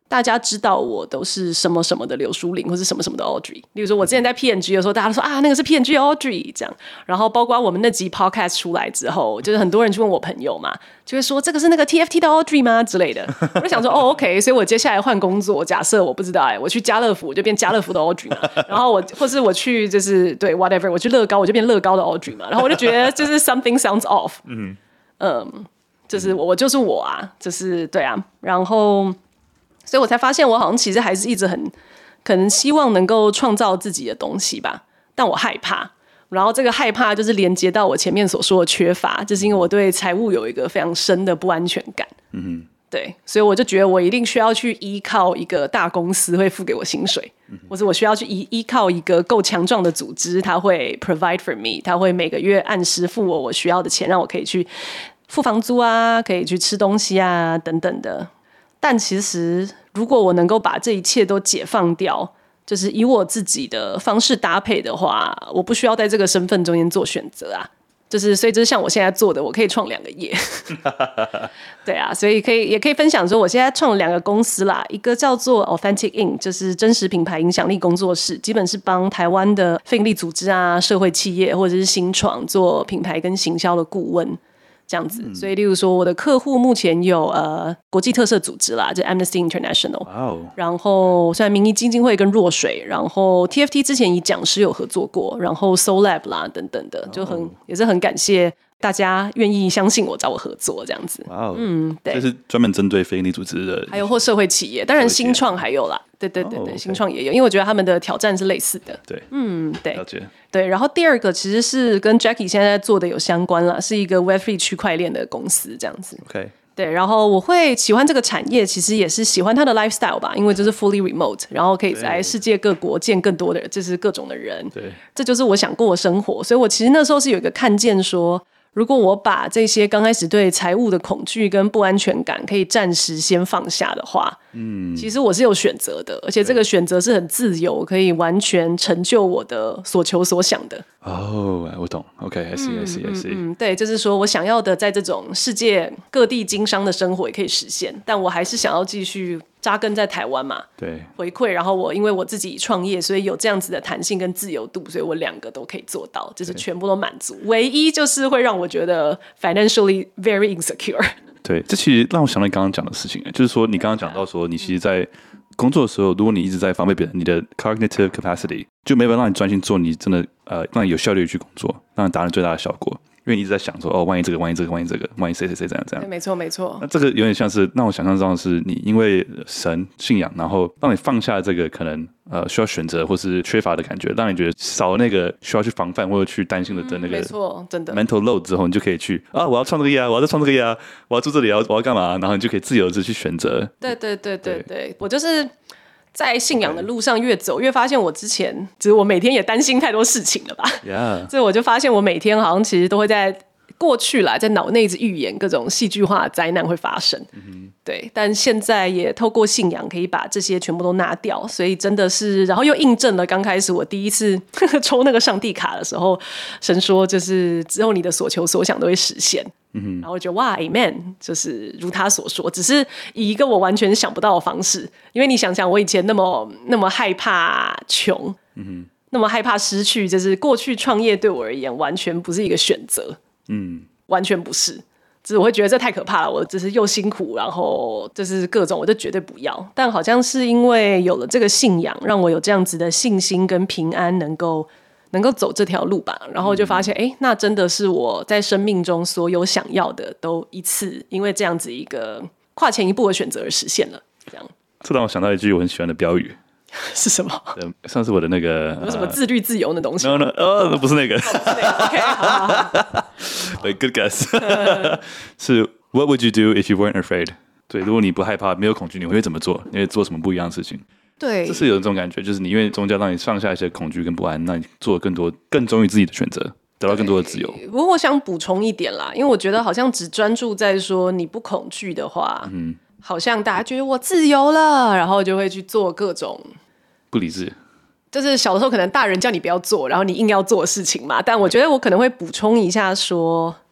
大家知道我都是什么什么的刘淑玲，或是什么什么的 Audrey。例如说，我之前在 P and G 的时候，大家都说啊，那个是 P and G Audrey 这样。然后包括我们那集 Podcast 出来之后，就是很多人去问我朋友嘛，就会说这个是那个 T F T 的 Audrey 吗之类的。我就想说，哦 ，OK， 所以我接下来换工作，假设我不知道哎、欸，我去家乐福我就变家乐福的 Audrey 嘛。然后我或是我去就是对 whatever， 我去乐高我就变乐高的 Audrey 嘛。然后我就觉得就是 something sounds off， 嗯嗯，就是我就是我啊，就是对啊，然后。所以我才发现，我好像其实还是一直很可能希望能够创造自己的东西吧，但我害怕。然后这个害怕就是连接到我前面所说的缺乏，就是因为我对财务有一个非常深的不安全感。嗯哼，对，所以我就觉得我一定需要去依靠一个大公司会付给我薪水，嗯、或者我需要去依依靠一个够强壮的组织，它会 provide for me， 它会每个月按时付我我需要的钱，让我可以去付房租啊，可以去吃东西啊等等的。但其实如果我能够把这一切都解放掉，就是以我自己的方式搭配的话，我不需要在这个身份中间做选择啊。就是所以就是像我现在做的，我可以创两个业。对啊，所以可以也可以分享说，我现在创了两个公司啦，一个叫做 Authentic Incorporated， 就是真实品牌影响力工作室，基本是帮台湾的非营利组织啊、社会企业或者是新创做品牌跟行销的顾问。这样子，所以例如说我的客户目前有呃国际特色组织啦，就 Amnesty International， wow. 然后虽然民意基金会跟弱水，然后 T F T 之前以讲师有合作过，然后 Solab 啦等等的，就很、oh. 也是很感谢大家愿意相信我找我合作这样子。 哇、wow. 嗯，对， 这是专门针对非营利组织的， 还有或社会企业，当然新创还有啦，对对对对， oh, okay. 新创也有，因为我觉得他们的挑战是类似的。 对， 嗯，对， 了解。 对，然后第二个其实是跟 Jackie 现在在做的有相关啦，是一个 Web 三 区块链的公司这样子。 OK。 对，然后我会喜欢这个产业，其实也是喜欢它的 lifestyle 吧，因为就是 fully remote， 然后可以在世界各国见更多的，就是各种的人。 对， 这就是我想过的生活，所以我其实那时候是有一个看见说，如果我把这些刚开始对财务的恐惧跟不安全感可以暂时先放下的话，嗯，其实我是有选择的，而且这个选择是很自由，可以完全成就我的所求所想的。 哦，我懂。OK，I see，I see，I see。 嗯，对，就是说我想要的，在这种世界各地经商的生活也可以实现，但我还是想要继续扎根在台湾嘛， 对， 回馈。然后我因为我自己创业，所以有这样子的弹性跟自由度，所以我两个都可以做到，就是全部都满足。唯一就是会让我觉得 financially very insecure。 对，这其实让我想到你刚刚讲的事情，就是说你刚刚讲到说，你其实，在工作的时候，如果你一直在防备别人，你的 cognitive capacity 就没办法让你专心做你真的呃，让你有效率去工作，让你达成最大的效果。因为你一直在想说，哦，万一这个，万一这个，万一这个，万一谁谁谁这样这样。 对，没错没错。 那这个有点像是让我想象中的是，你因为神信仰，然后让你放下这个可能呃需要选择或是缺乏的感觉，让你觉得少那个需要去防范或者去担心的的那个、嗯、 没错，真的 mental load 之后，你就可以去啊，我要创这个业啊，我要再创这个业啊，我要住这里啊，我要干嘛？然后你就可以自由的去选择。 对对对对 对, 对，我就是在信仰的路上越走越发现，我之前就是我每天也担心太多事情了吧。 Yeah. 所以我就发现我每天好像其实都会在过去啦，在脑内一直预言各种戏剧化的灾难会发生。嗯、对，但现在也透过信仰可以把这些全部都拿掉，所以真的是，然后又印证了刚开始我第一次呵呵抽那个上帝卡的时候，神说就是之后你的所求所想都会实现。嗯、然后我觉得哇 Amen， 就是如他所说，只是以一个我完全想不到的方式。因为你想想我以前那么那么害怕穷，嗯、那么害怕失去，就是过去创业对我而言完全不是一个选择。嗯，完全不是，只是我会觉得这太可怕了，我只是又辛苦，然后就是各种，我就绝对不要。但好像是因为有了这个信仰，让我有这样子的信心跟平安，能够能够走这条路吧。然后就发现，哎、嗯，那真的是我在生命中所有想要的，都一次因为这样子一个跨前一步的选择而实现了。这样，这让我想到一句我很喜欢的标语。 是什么？ 上次我的那个有什么自律自由的东西 ？No No， 哦，不是那个。 OK， 好好好。 Good guess 。是 What would you do if you weren't afraid？ 对，如果你不害怕，没有恐惧，你会怎么做？你会做什么不一样的事情？ 对， 这是有这种感觉，就是你因为宗教让你放下一些恐惧跟不安，让你做更多、更忠于自己的选择，得到更多的自由。 不过我想补充一点啦，因为我觉得好像只专注在说你不恐惧的话，嗯。好像大家觉得我自由了，然后就会去做各种不理智， 就是小的时候可能大人叫你不要做，然后你硬要做的事情嘛。但我觉得我可能会补充一下说，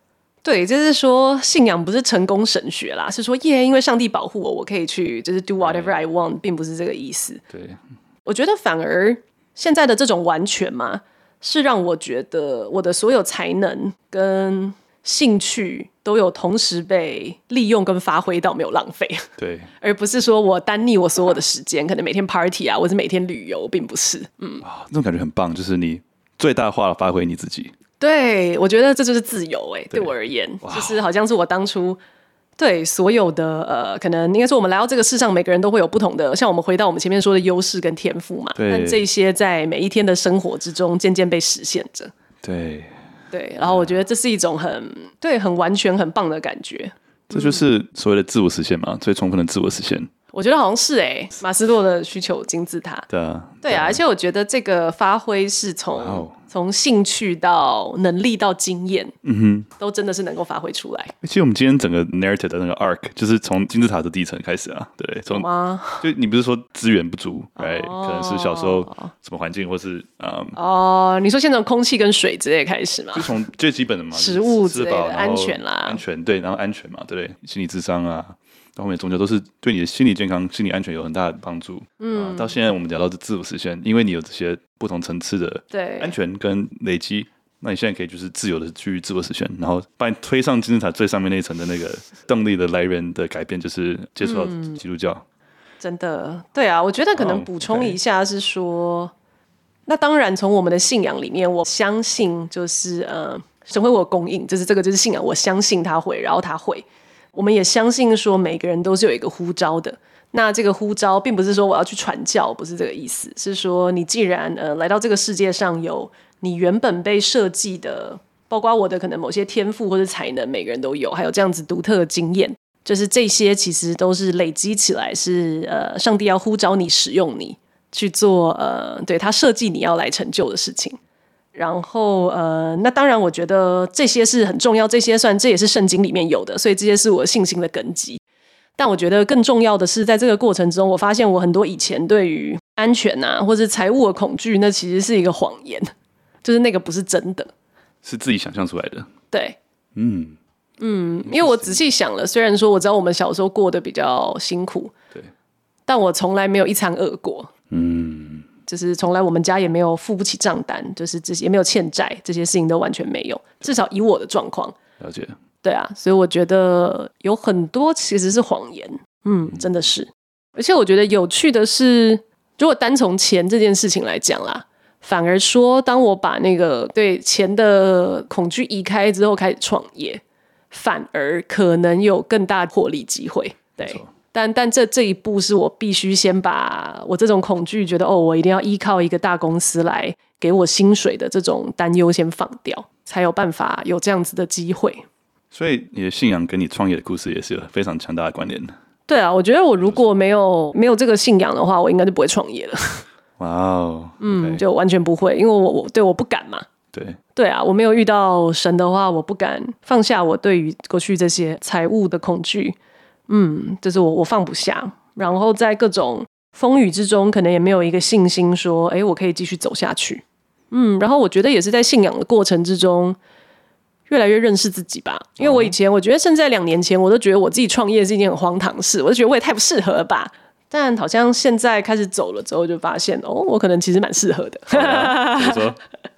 对，就是说信仰不是成功神学啦，是说耶，因为上帝保护我，我可以去就是 do whatever I want， 并不是这个意思。 对， 我觉得反而现在的这种完全嘛，是让我觉得我的所有才能跟兴趣都有同时被利用跟发挥到，没有浪费。 对， 而不是说我单逆我所有的时间，可能每天 party 啊，或是每天旅游，并不是。嗯， 啊，那种感觉很棒，就是你最大化的发挥你自己。 对，我觉得这就是自由哎、欸，对我而言，就是好像是我当初对所有的呃，可能应该说我们来到这个世上，每个人都会有不同的，像我们回到我们前面说的优势跟天赋嘛，但这些在每一天的生活之中渐渐被实现着。 对对，然后我觉得这是一种很对很完全很棒的感觉。 这就是所谓的自我实现嘛，最充分的自我实现。 我觉得好像是哎、欸，马斯洛的需求金字塔。 对啊， 对啊，而且我觉得这个发挥是从从兴趣到能力到经验，嗯哼，都真的是能够发挥出来。 其实我们今天整个 narrative 的那个 arc 就是从金字塔的底层开始啊，对，从就你不是说资源不足，哎、哦，可能是小时候什么环境，或是嗯哦，你说现在从空气跟水之类开始嘛， 就从最基本的嘛， 食物之类的， 吃饱安全啦， 安全对，然后安全嘛，对不对？心理智商啊。到后面宗教都是对你的心理健康、心理安全有很大的帮助。嗯、呃，到现在我们讲到的自我实现，因为你有这些不同层次的安全跟累积，那你现在可以就是自由的去自我实现，然后把你推上金字塔最上面那一层的那个动力的来源的改变，就是接触到基督教。嗯、 真的，对啊，我觉得可能补充一下是说， oh, okay. 那当然从我们的信仰里面，我相信就是呃，神会为我供应，就是这个就是信仰，我相信他会，然后他会。我们也相信说每个人都是有一个呼召的，那这个呼召并不是说我要去传教，不是这个意思，是说你既然呃来到这个世界上，有你原本被设计的，包括我的可能某些天赋或者才能，每个人都有，还有这样子独特的经验，就是这些其实都是累积起来是呃上帝要呼召你使用你去做呃对他设计你要来成就的事情。然后呃，那当然我觉得这些是很重要，这些算这也是圣经里面有的，所以这些是我信心的根基。但我觉得更重要的是，在这个过程中，我发现我很多以前对于安全啊或者财务的恐惧，那其实是一个谎言，就是那个不是真的， 是自己想象出来的。 对，嗯嗯，因为我仔细想了，虽然说我知道我们小时候过得比较辛苦，对，但我从来没有一餐饿过。嗯。就是从来我们家也没有付不起账单，就是这些也没有欠债，这些事情都完全没有。至少以我的状况， 了解。 对啊，所以我觉得有很多其实是谎言，嗯，真的是。而且我觉得有趣的是，如果单从钱这件事情来讲啦，反而说，当我把那个对钱的恐惧移开之后，开始创业，反而可能有更大的获利机会。对。但但这这一步是我必须先把我这种恐惧，觉得哦，我一定要依靠一个大公司来给我薪水的这种担忧先放掉，才有办法有这样子的机会。 所以你的信仰跟你创业的故事也是有非常强大的关联的。 对啊，我觉得我如果没有没有这个信仰的话，我应该就不会创业了。 哇哦， 嗯，就完全不会，因为我我对我不敢嘛。 对对啊，我没有遇到神的话，我不敢放下我对于过去这些财务的恐惧。嗯，就是我我放不下，然后在各种风雨之中，可能也没有一个信心说，哎，我可以继续走下去。嗯，然后我觉得也是在信仰的过程之中，越来越认识自己吧。因为我以前，我觉得甚至在两年前，我都觉得我自己创业是一件很荒唐事，我就觉得我也太不适合了吧。但好像现在开始走了之后，就发现哦，我可能其实蛮适合的。 怎么说？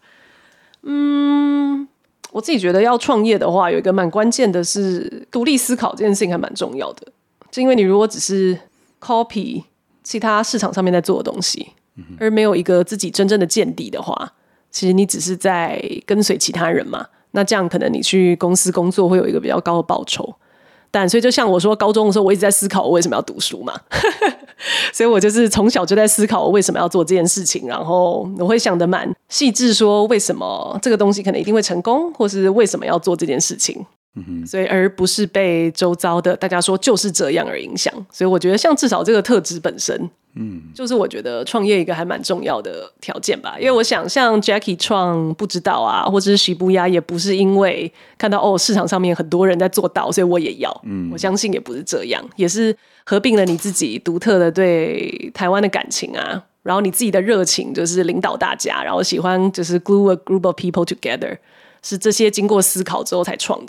嗯。我自己觉得要创业的话，有一个蛮关键的是独立思考这件事情还蛮重要的。就因为你如果只是 copy 其他市场上面在做的东西，而没有一个自己真正的见地的话，其实你只是在跟随其他人嘛。那这样可能你去公司工作会有一个比较高的报酬。但所以就像我说，高中的时候我一直在思考我为什么要读书嘛，所以我就是从小就在思考我为什么要做这件事情，然后我会想得蛮细致，说为什么这个东西可能一定会成功，或是为什么要做这件事情。嗯、所以而不是被周遭的大家说就是这样而影响。所以我觉得像至少这个特质本身，嗯，就是我觉得创业一个还蛮重要的条件吧。因为我想像 Jackie 创不知道啊，或者是喜布亚，也不是因为看到哦市场上面很多人在做到，所以我也要。嗯，我相信也不是这样，也是合并了你自己独特的对台湾的感情啊，然后你自己的热情，就是领导大家，然后喜欢就是 glue a group of people together， 是这些经过思考之后才创的。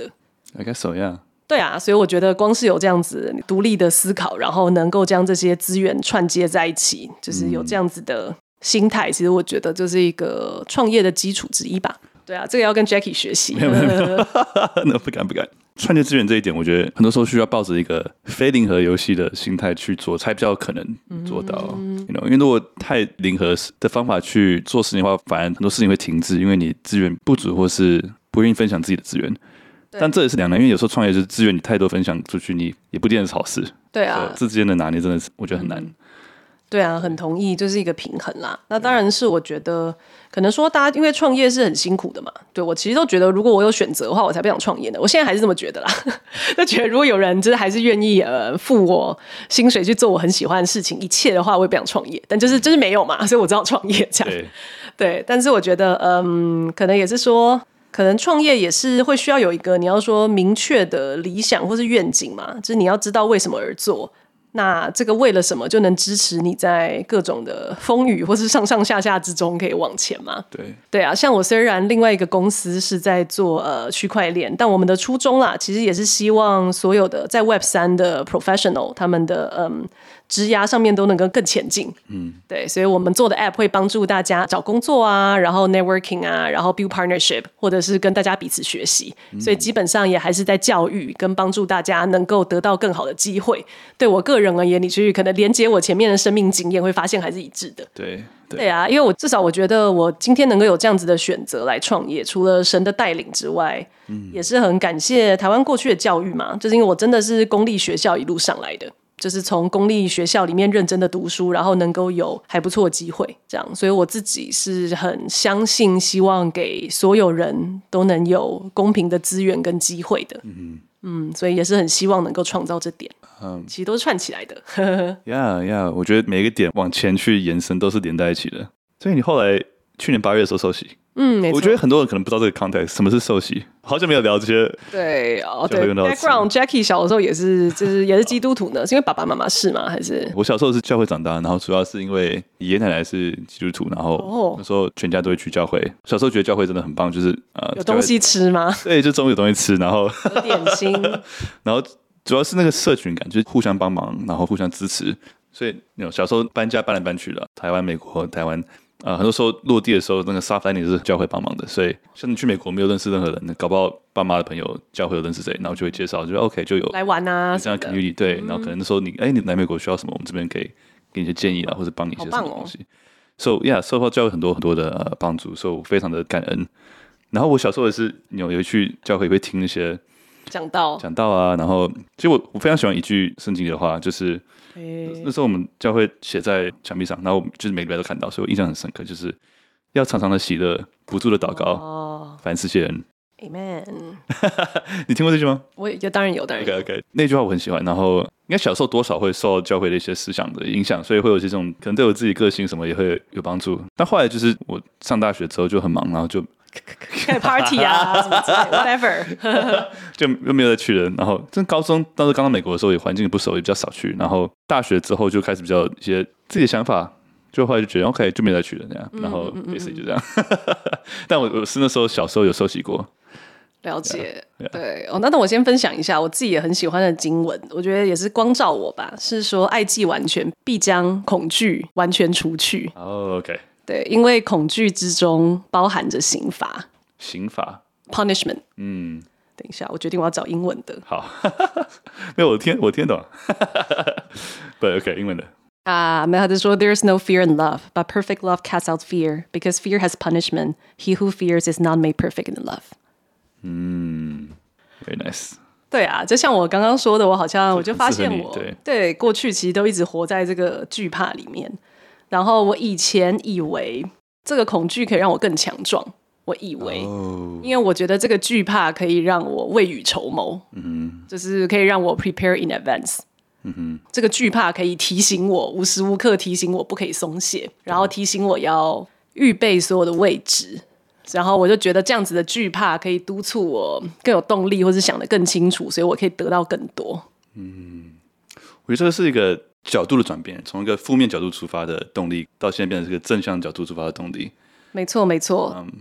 I guess so, yeah. 对啊，所以我觉得光是有这样子独立的思考，然后能够将这些资源串接在一起，就是有这样子的心态，其实我觉得就是一个创业的基础之一吧。对啊，这个要跟 Jackie 学习。 没有没有没有，那不敢不敢。串接资源这一点，我觉得很多时候需要抱着一个非零和游戏的心态去做，才比较有可能做到。嗯 you know, 因为如果太零和的方法去做事情的话，反而很多事情会停滞，因为你资源不足或是不愿意分享自己的资源。但这也是两难，因为有时候创业就是资源你太多分享出去，你也不一定是好事。 对啊， 这之间的拿捏真的是我觉得很难。嗯， 对啊，很同意，就是一个平衡啦。那当然是我觉得，可能说大家因为创业是很辛苦的嘛。对，我其实都觉得，如果我有选择的话，我才不想创业呢。我现在还是这么觉得啦，就觉得如果有人就是还是愿意呃付我薪水去做我很喜欢的事情，一切的话，我也不想创业。但就是就是没有嘛，所以我只好创业这样。对，对，但是我觉得，嗯，可能也是说。可能创业也是会需要有一个你要说明确的理想或是愿景嘛，就是你要知道为什么而做，那这个为了什么就能支持你在各种的风雨或是上上下下之中可以往前嘛。 对对啊，像我虽然另外一个公司是在做呃区块链，但我们的初衷啦，其实也是希望所有的在 Web 三 的 professional 他们的嗯职涯上面都能够更前进。嗯，对，所以我们做的 app 会帮助大家找工作啊，然后 networking 啊，然后 build partnership， 或者是跟大家彼此学习。嗯，所以基本上也还是在教育跟帮助大家能够得到更好的机会。对我个人而言，你去可能连接我前面的生命经验，会发现还是一致的。 对 对, 对啊，因为我至少我觉得我今天能够有这样子的选择来创业，除了神的带领之外，嗯，也是很感谢台湾过去的教育嘛，就是因为我真的是公立学校一路上来的。就是从公立学校里面认真的读书，然后能够有还不错的机会，这样，所以我自己是很相信，希望给所有人都能有公平的资源跟机会的。嗯嗯，所以也是很希望能够创造这点。嗯，其实都是串起来的。 yeah yeah， 我觉得每一个点往前去延伸都是连在一起的。所以你后来去年八月的时候受洗。 嗯，没错。 我觉得很多人可能不知道这个 context， 什么是受洗，好久没有聊这些。 对哦，对 ，background Jackie 小的时候也是，就是也是基督徒呢，是因为爸爸妈妈是吗？还是我小时候是教会长大，然后主要是因为爷爷奶奶是基督徒，然后那时候全家都会去教会。小时候觉得教会真的很棒，就是呃有东西吃吗？ 对，就终于有东西吃，然后有点心， 然后主要是那个社群感，就是互相帮忙，然后互相支持。所以小时候搬家搬来搬去的，台湾、美国、台湾。呃，很多时候落地的时候，那个 soft landing 是教会帮忙的，所以像你去美国没有认识任何人，搞不好爸妈的朋友教会有认识谁，然后就会介绍，就 OK 就有来玩啊， 这样 community 对，然后可能那时候你哎，你来美国需要什么，我们这边可以给你一些建议啊，或者帮你一些什么东西。So yeah， 受到教会很多很多的呃帮助，所以我非常的感恩。然后我小时候也是有有去教会也会听那些讲道讲道啊，然后其实我我非常喜欢一句圣经的话，就是。那时候我们教会写在墙壁上，然后就是每个礼拜都看到，所以我印象很深刻，就是要常常的喜乐，不住的祷告，哦，凡事谢恩。 Amen 你听过这句吗？ 我也当然有，当然有。 OK OK， 那句话我很喜欢。然后应该小时候多少会受到教会的一些思想的影响，所以会有这种可能对我自己个性什么也会有帮助。但后来就是我上大学之后就很忙，然后就开 party 啊什么之类 ，whatever， 就又没有再去了。然后，真高中当时刚到美国的时候，也环境也不熟，也比较少去。然后大学之后就开始比较一些自己的想法，就后来就觉得 OK 就没再去了这样。然后类似就这样。但我我是那时候小时候有受洗过。 了解， yeah, yeah. 对哦。那我先分享一下我自己也很喜欢的经文，我觉得也是光照我吧。是说爱既完全，必将恐惧完全除去。 哦、oh, ，OK。 对，因为恐惧之中包含着刑罚。 刑罚 ，punishment。 嗯， 等一下，我决定我要找英文的。 好，没有，我听我听懂。对 ，OK， 英文的。 啊，没有，他就说 ，There is no fear in love, but perfect love casts out fear, because fear has punishment. He who fears is not made perfect in love. 嗯 ，very nice。 对啊，就像我刚刚说的，我好像我就发现我对, 对过去其实都一直活在这个惧怕里面。然后我以前以为这个恐惧可以让我更强壮，我以为， oh. 因为我觉得这个惧怕可以让我未雨绸缪，嗯，就是可以让我 prepare in advance。嗯哼，这个惧怕可以提醒我，无时无刻提醒我不可以松懈，然后提醒我要预备所有的位置。然后我就觉得这样子的惧怕可以督促我更有动力，或是想得更清楚，所以我可以得到更多。 嗯，我觉得这个是一个角度的转变，从一个负面角度出发的动力，到现在变成是一个正向角度出发的动力。 没错，没错。嗯，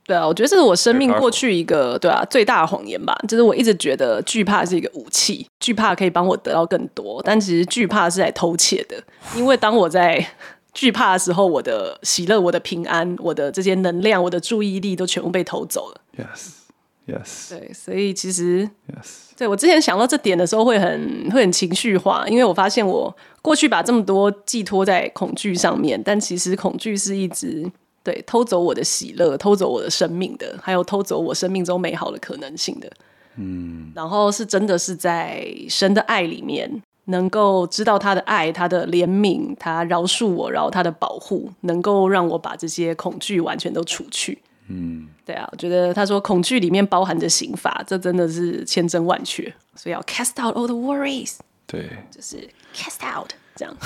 对啊，我觉得这是我生命过去一个对啊最大的谎言吧，就是我一直觉得惧怕是一个武器，惧怕可以帮我得到更多，但其实惧怕是来偷窃的，因为当我在惧怕的时候，我的喜乐、我的平安、我的这些能量、我的注意力都全部被偷走了。 Yes, yes. 对，所以其实 Yes. 对我之前想到这点的时候会很会很情绪化，因为我发现我过去把这么多寄托在恐惧上面，但其实恐惧是一直对偷走我的喜乐、偷走我的生命的，还有偷走我生命中美好的可能性的。嗯，然后是真的是在神的爱里面。能够知道他的爱，他的怜悯，他饶恕我，然后他的保护，能够让我把这些恐惧完全都除去。嗯，对啊，我觉得他说恐惧里面包含着刑罚，这真的是千真万确，所以要 cast out all the worries。 对， 就是 cast out 这样。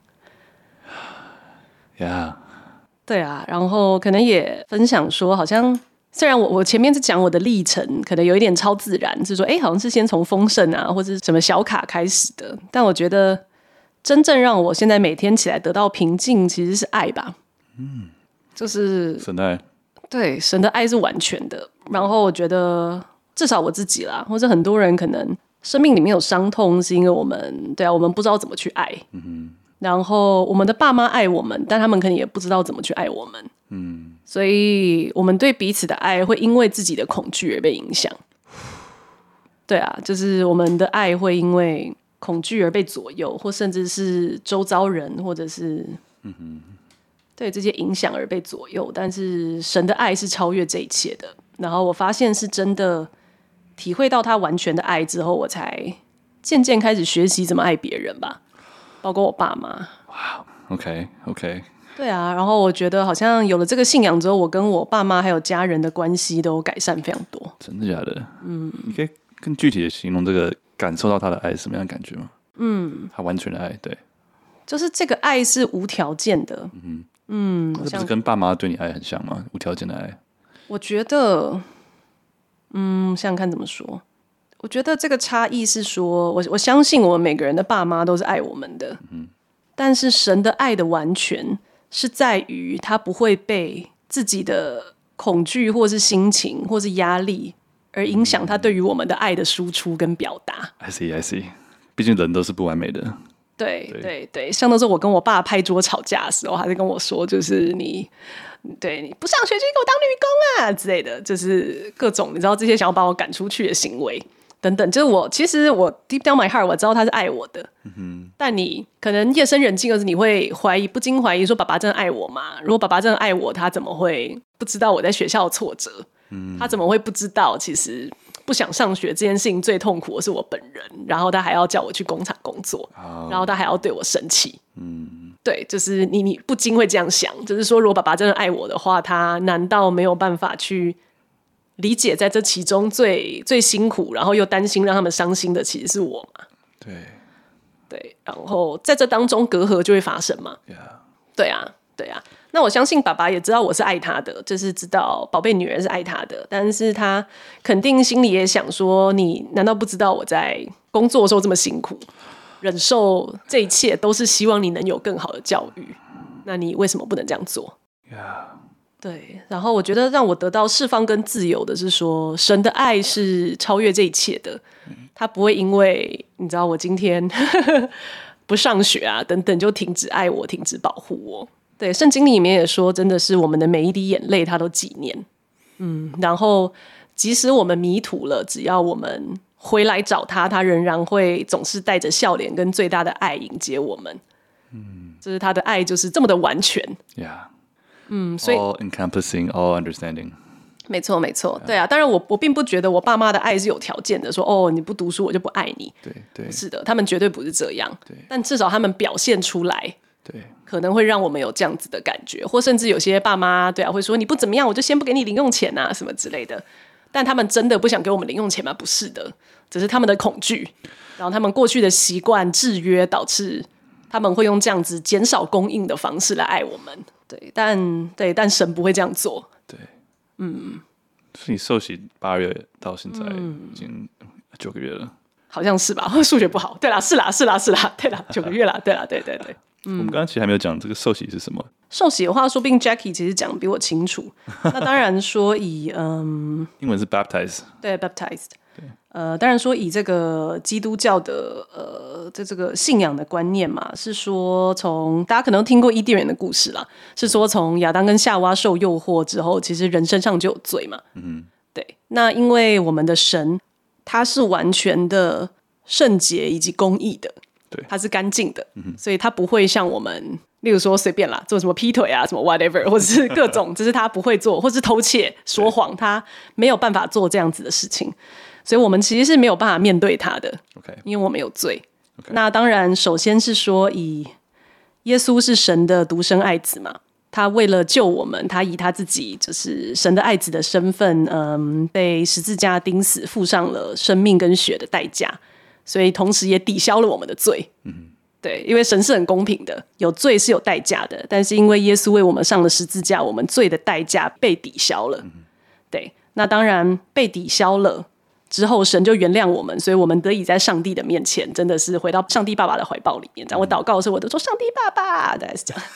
Yeah。 对啊，然后可能也分享说，好像。虽然我我前面是讲我的历程，可能有一点超自然，是说，哎，好像是先从丰盛啊，或者什么小卡开始的。但我觉得，真正让我现在每天起来得到平静，其实是爱吧。嗯，就是神的爱， 对，神的爱是完全的。然后我觉得，至少我自己啦，或者很多人可能生命里面有伤痛，是因为我们对啊，我们不知道怎么去爱。嗯哼。然后我们的爸妈爱我们，但他们可能也不知道怎么去爱我们。嗯。所以我们对彼此的爱会因为自己的恐惧而被影响。对啊，就是我们的爱会因为恐惧而被左右，或甚至是周遭人或者是对这些影响而被左右。但是神的爱是超越这一切的。然后我发现是真的体会到他完全的爱之后，我才渐渐开始学习怎么爱别人吧，包括我爸妈。 哇 ，OK OK。 对啊，然后我觉得好像有了这个信仰之后，我跟我爸妈还有家人的关系都改善非常多。 真的假的？嗯，你可以更具体的形容这个感受到他的爱是什么样的感觉吗？嗯，他完全的爱，对， 就是这个爱是无条件的。嗯嗯， 这不是跟爸妈对你爱很像吗？无条件的爱。 我觉得，嗯，想想看怎么说。我觉得这个差异是说，我我相信我们每个人的爸妈都是爱我们的。嗯，但是神的爱的完全。是在于他不会被自己的恐惧或是心情或是压力而影响他对于我们的爱的输出跟表达。 I see, I see。 毕竟人都是不完美的。 对对 对, 对，像那时候我跟我爸拍桌吵架的时候，他就跟我说，就是你对你不上学就给我当女工啊之类的，就是各种你知道这些想要把我赶出去的行为等等。就是我其实我 deep down my heart 我知道他是爱我的。嗯，但你可能夜深人静的时候，你会怀疑，不禁怀疑说，爸爸真的爱我吗？如果爸爸真的爱我，他怎么会不知道我在学校的挫折？嗯，他怎么会不知道其实不想上学这件事情最痛苦的是我本人，然后他还要叫我去工厂工作， oh. 然后他还要对我生气。嗯，对，就是你你不禁会这样想，就是说，如果爸爸真的爱我的话，他难道没有办法去理解在这其中最最辛苦，然后又担心让他们伤心的其实是我吗？ 对。 对，然后在这当中隔阂就会发生嘛。Yeah. 对啊，对啊。那我相信爸爸也知道我是爱他的，就是知道宝贝女儿是爱他的，但是他肯定心里也想说，你难道不知道我在工作的时候这么辛苦，忍受这一切都是希望你能有更好的教育，那你为什么不能这样做？ Yeah. 对，然后我觉得让我得到释放跟自由的是说，神的爱是超越这一切的。他不会因为你知道我今天不上学啊等等就停止爱我，停止保护我。对，圣经里面也说，真的是我们的每一滴眼泪他都纪念。嗯，然后即使我们迷途了，只要我们回来找他，他仍然会总是带着笑脸跟最大的爱迎接我们。嗯，就是他的爱就是这么的完全。 Yeah. 嗯，所以 all encompassing, all understanding。 没错，没错，对啊。当然我，我并不觉得我爸妈的爱是有条件的，说哦，你不读书我就不爱你。 对对， 是的，他们绝对不是这样。 对， 但至少他们表现出来， 对， 可能会让我们有这样子的感觉，或甚至有些爸妈，对啊，会说你不怎么样，我就先不给你零用钱啊，什么之类的。但他们真的不想给我们零用钱吗？不是的，只是他们的恐惧，然后他们过去的习惯制约，导致他们会用这样子减少供应的方式来爱我们。对，但对，但神不会这样做。 对，嗯，所以你受洗八月到现在已经九个月了， 好像是吧？数学不好，对啦，是啦，是啦，是啦，对啦，九个月啦，对啦，对对对。 嗯，我们刚刚其实还没有讲这个受洗是什么。 受洗的话，说不定 Jackie 其实讲得比我清楚。那当然说以嗯， 英文是 baptize， 对 baptized， 呃，当然说以这个基督教的呃这这个信仰的观念嘛，是说从大家可能听过伊甸园的故事啦，是说从亚当跟夏娃受诱惑之后，其实人身上就有罪嘛。嗯，对。那因为我们的神他是完全的圣洁以及公义的。 对， 它是干净的、嗯，所以它不会像我们，例如说随便啦，做什么劈腿啊，什么 whatever， 或者是各种，就是他不会做，或是偷窃、说谎，他没有办法做这样子的事情，所以我们其实是没有办法面对他的。 OK， 因为我们有罪。 Okay. 那当然，首先是说，以耶稣是神的独生爱子嘛，他为了救我们，他以他自己就是神的爱子的身份，嗯，被十字架钉死，付上了生命跟血的代价。所以同时也抵消了我们的罪，嗯，对，因为神是很公平的，有罪是有代价的，但是因为耶稣为我们上了十字架，我们罪的代价被抵消了，嗯、对，那当然被抵消了之后，神就原谅我们，所以我们得以在上帝的面前，真的是回到上帝爸爸的怀抱里面。这样我祷告的时候，我都说上帝爸爸，大概是这样。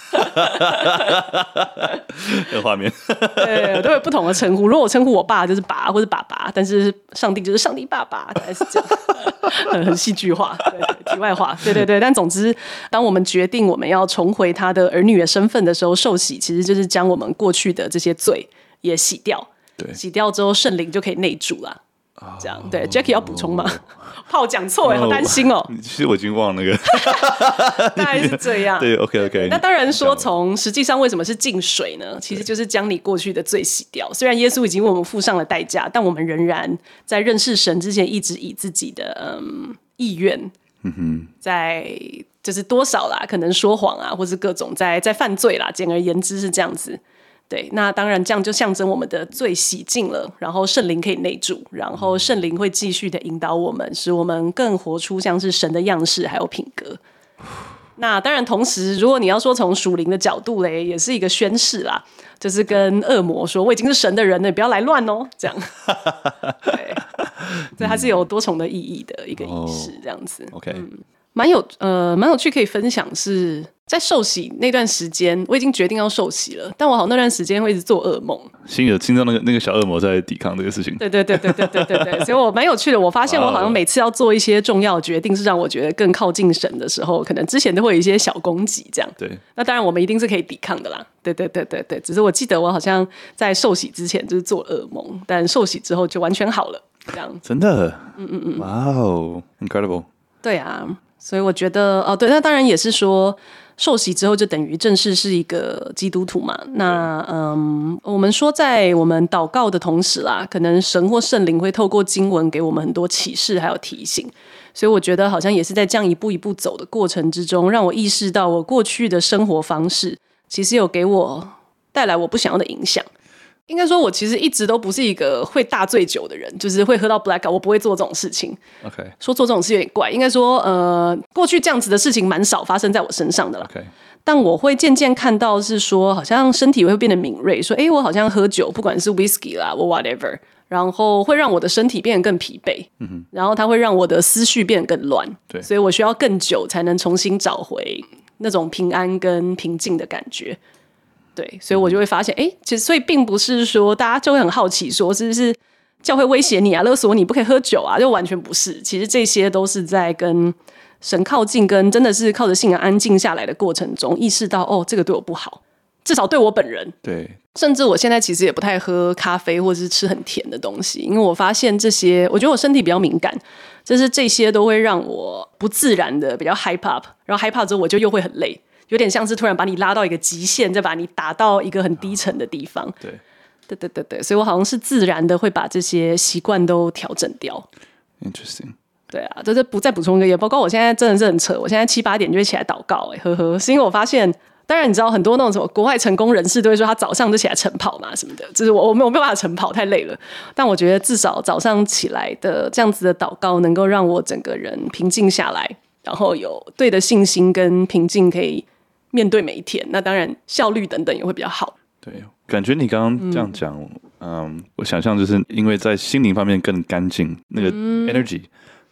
有画面。 对，我都有不同的称呼。如果我称呼我爸就是爸或者爸爸，但是上帝就是上帝爸爸，大概是这样。很很戏剧化，对对，题外话，对对对。但总之，当我们决定我们要重回他的儿女的身份的时候，受洗其实就是将我们过去的这些罪也洗掉。 对， 洗掉之后，圣灵就可以内住了。这样对 ，Jackie 要补充吗？怕我讲错哎，好担心哦。 其实我已经忘了那个， 大概是这样。 对 ，OK OK。 那当然说，从实际上为什么是浸水呢？其实就是将你过去的罪洗掉。虽然耶稣已经为我们付上了代价，但我们仍然在认识神之前，一直以自己的嗯意愿，嗯哼，在就是多少啦，可能说谎啊，或是各种在在犯罪啦。简而言之是这样子。对，那当然这样就象征我们的罪洗净了，然后圣灵可以内住，然后圣灵会继续的引导我们，使我们更活出像是神的样式还有品格。那当然同时如果你要说从属灵的角度嘞，也是一个宣誓啦，就是跟恶魔说我已经是神的人了，你不要来乱哦，这样。对，所以它是有多重的意义的一个仪式，这样子。 哦、OK， 嗯，蛮有呃蛮有趣可以分享是在受洗那段时间，我已经决定要受洗了，但我好像那段时间会一直做噩梦， 心有听到那个那个小恶魔在抵抗这个事情。 对对对对对对对对，所以我蛮有趣的。我发现我好像每次要做一些重要的决定，是让我觉得更靠近神的时候，可能之前都会有一些小攻击这样。 对， 那当然我们一定是可以抵抗的啦。对对对对对，只是我记得我好像在受洗之前就是做噩梦，但受洗之后就完全好了，这样。 真的，嗯嗯嗯，哇哦 ，incredible。 对啊。所以我觉得哦，对，那当然也是说，受洗之后就等于正式是一个基督徒嘛。那嗯，我们说在我们祷告的同时啦，可能神或圣灵会透过经文给我们很多启示还有提醒。所以我觉得好像也是在这样一步一步走的过程之中，让我意识到我过去的生活方式其实有给我带来我不想要的影响。应该说我其实一直都不是一个会大醉酒的人，就是会喝到 blackout， 我不会做这种事情。 OK， 说做这种事有点怪，应该说呃，过去这样子的事情蛮少发生在我身上的啦。 OK， 但我会渐渐看到是说，好像身体会变得敏锐，说哎，我好像喝酒，不管是 whisky 啦，或 whatever， 然后会让我的身体变得更疲惫，嗯哼，然后它会让我的思绪变得更乱， 对， 所以我需要更久才能重新找回那种平安跟平静的感觉。对，所以我就会发现，哎，其实所以并不是说大家就会很好奇，说是不是教会威胁你啊、勒索你不可以喝酒啊，就完全不是。其实这些都是在跟神靠近，跟真的是靠着信仰安静下来的过程中，意识到哦，这个对我不好，至少对我本人。 对， 甚至我现在其实也不太喝咖啡或者是吃很甜的东西，因为我发现这些，我觉得我身体比较敏感，就是这些都会让我不自然的比较 hype up， 然后 hype up 之后我就又会很累。有点像是突然把你拉到一个极限，再把你打到一个很低沉的地方。 对， 对对对对，所以我好像是自然的会把这些习惯都调整掉。 Interesting。 对啊，就是不再补充一个，也包括我现在真的是很扯，我现在七八点就会起来祷告、欸，呵呵，是因为我发现，当然你知道很多那种什么国外成功人士都会说他早上就起来晨跑嘛什么的，就是我我没有我没有办法晨跑，太累了。但我觉得至少早上起来的这样子的祷告，能够让我整个人平静下来，然后有对的信心跟平静可以面对每一天，那当然效率等等也会比较好。 对，感觉你刚刚这样讲，嗯, 嗯，我想象就是因为在心灵方面更干净，那个 energy、嗯、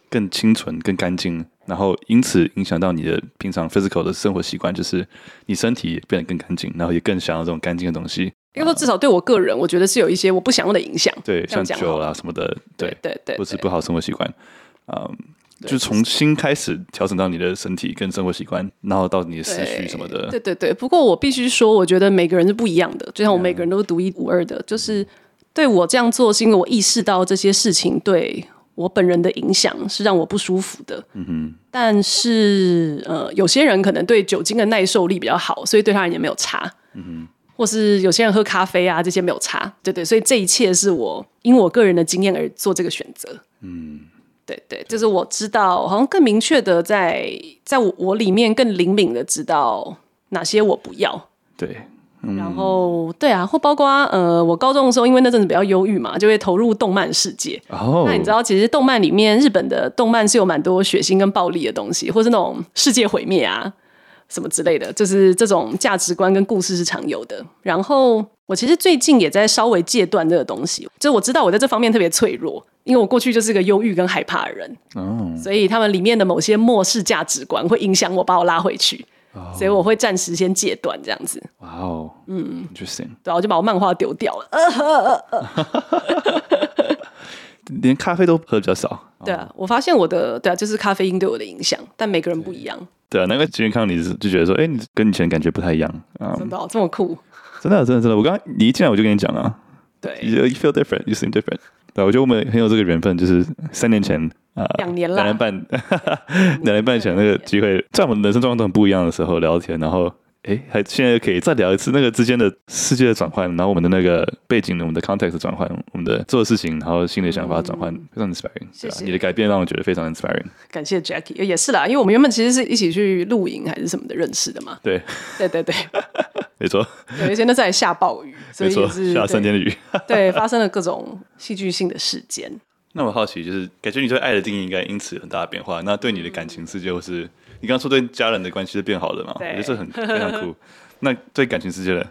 更清纯、更干净，然后因此影响到你的平常 physical 的生活习惯，就是你身体也变得更干净，然后也更想要这种干净的东西。 应该说，至少对我个人，我觉得是有一些我不想要的影响。 对，像酒啊什么的，对对 对, 对， 或是不好生活习惯，嗯，就从心开始调整到你的身体跟生活习惯，然后到你的思绪什么的。 对对对。不过我必须说，我觉得每个人是不一样的，就像我每个人都是独一无二的。就是对我这样做，是因为我意识到这些事情对我本人的影响是让我不舒服的。嗯哼。但是呃，有些人可能对酒精的耐受力比较好，所以对他人也没有差。嗯哼。或是有些人喝咖啡啊，这些没有差。对对，所以这一切是我因我个人的经验而做这个选择。嗯。对对，就是我知道，好像更明确的在在我我里面更灵敏的知道哪些我不要。 对， 嗯、然后对啊，或包括呃，我高中的时候，因为那阵子比较忧郁嘛，就会投入动漫世界。哦，那你知道，其实动漫里面，日本的动漫是有蛮多血腥跟暴力的东西，或是那种世界毁灭啊什么之类的，就是这种价值观跟故事是常有的。然后我其实最近也在稍微戒断这个东西，就是我知道我在这方面特别脆弱，因为我过去就是个忧郁跟害怕的人，哦，所以他们里面的某些末世价值观会影响我，把我拉回去，哦，所以我会暂时先戒断这样子。 哇哦，嗯 ，interesting， 对啊，我就把我漫画丢掉了，呃呃呃、 连咖啡都喝比较少。 对啊，我发现我的对啊，就是咖啡因对我的影响，但每个人不一样。 对啊，难怪今天看到你就觉得说，哎，你跟以前感觉不太一样。嗯、 真的、哦、这么酷？ 真的真的真的，我刚刚你一进来我就跟你讲啊， 对 ，you feel different, you seem different。对，我觉得我们很有这个缘分，就是三年前啊， 两、呃、年了， 两年半，两年半前那个机会，在我们人生状况都很不一样的时候聊天，然后。哎，还现在可以再聊一次那个之间的世界的转换，然后我们的那个背景，我们的 context 的转换，我们的做的事情，然后心里的想法转换，嗯、非常 inspiring。 谢谢你的改变让我觉得非常 inspiring。 感谢 Jackie， 也是啦，因为我们原本其实是一起去露营还是什么的认识的嘛。 对， 对对对， 没错。 有一天那在下暴雨，所以也是下三天的雨。 对，发生了各种戏剧性的事件。 那我好奇，就是感觉你对爱的定义应该因此有很大的变化。那对你的感情世界，或是你刚刚说对家人的关系是变好的嘛？我觉得这很非常酷。那对感情世界呢？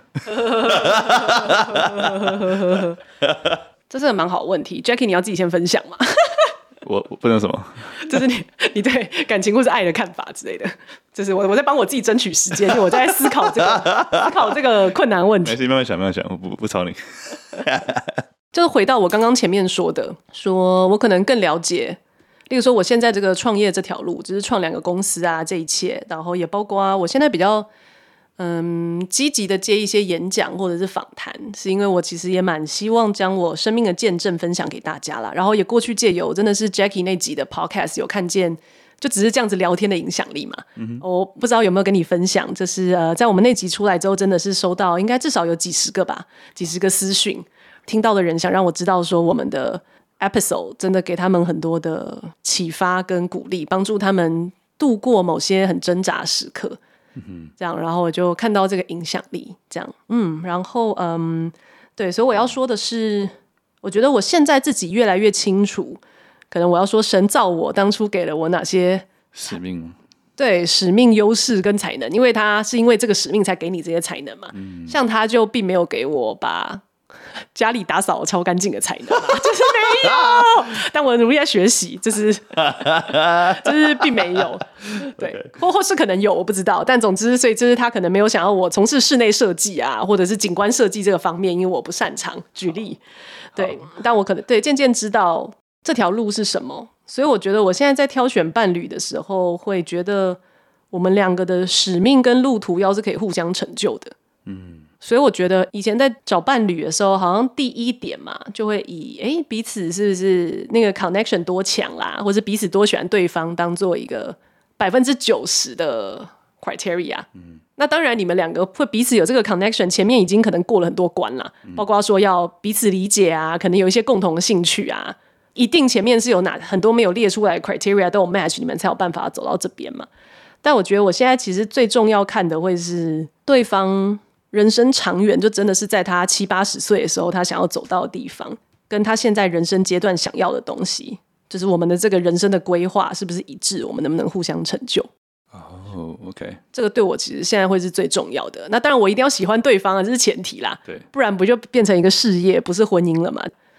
这是个蛮好的问题 ，Jackie， 你要自己先分享嘛？ 我我不能什么？ 就是你你对感情或是爱的看法之类的。就是我我在帮我自己争取时间，我在思考这个思考这个困难问题。 没事，慢慢想，慢慢想，我不不吵你。 就是回到我刚刚前面说的，说我可能更了解，例如说我现在这个创业这条路，就是创两个公司啊，这一切，然后也包括我现在比较。嗯，积极的接一些演讲或者是访谈，是因为我其实也蛮希望将我生命的见证分享给大家啦。然后也过去借由真的是 Jackie 那集的 podcast 有看见，就只是这样子聊天的影响力嘛。嗯、我不知道有没有跟你分享，就是呃，在我们那集出来之后，真的是收到应该至少有几十个吧，几十个私讯，听到的人想让我知道说我们的 episode 真的给他们很多的启发跟鼓励，帮助他们度过某些很挣扎时刻。这样，然后我就看到这个影响力，这样，嗯，然后，嗯，对，所以我要说的是，我觉得我现在自己越来越清楚，可能我要说神造我当初给了我哪些使命， 对，使命、优势跟才能，因为他是因为这个使命才给你这些才能嘛，嗯、像他就并没有给我把家里打扫超干净的才能嘛，就是没有，但我努力在学习，就是就是并没有，对， okay. 或或是可能有，我不知道，但总之，所以就是他可能没有想要我从事室内设计啊，或者是景观设计这个方面，因为我不擅长。举例，对，但我可能对渐渐知道这条路是什么，所以我觉得我现在在挑选伴侣的时候，会觉得我们两个的使命跟路途要是可以互相成就的，嗯。所以我觉得以前在找伴侣的时候，好像第一点嘛，就会以诶彼此是不是那个 connection 多强啦，或是彼此多喜欢对方当做一个百分之九十的 criteria。嗯，那当然你们两个会彼此有这个 connection， 前面已经可能过了很多关啦，包括说要彼此理解啊，可能有一些共同的兴趣啊，一定前面是有哪很多没有列出来的 criteria 都有 match， 你们才有办法走到这边嘛。但我觉得我现在其实最重要看的会是对方人生长远，就真的是在他七八十岁的时候他想要走到的地方，跟他现在人生阶段想要的东西，就是我们的这个人生的规划是不是一致，我们能不能互相成就。 哦、oh, OK， 这个对我其实现在会是最重要的。那当然我一定要喜欢对方啊，这是前提啦， 对， 不然不就变成一个事业不是婚姻了嘛。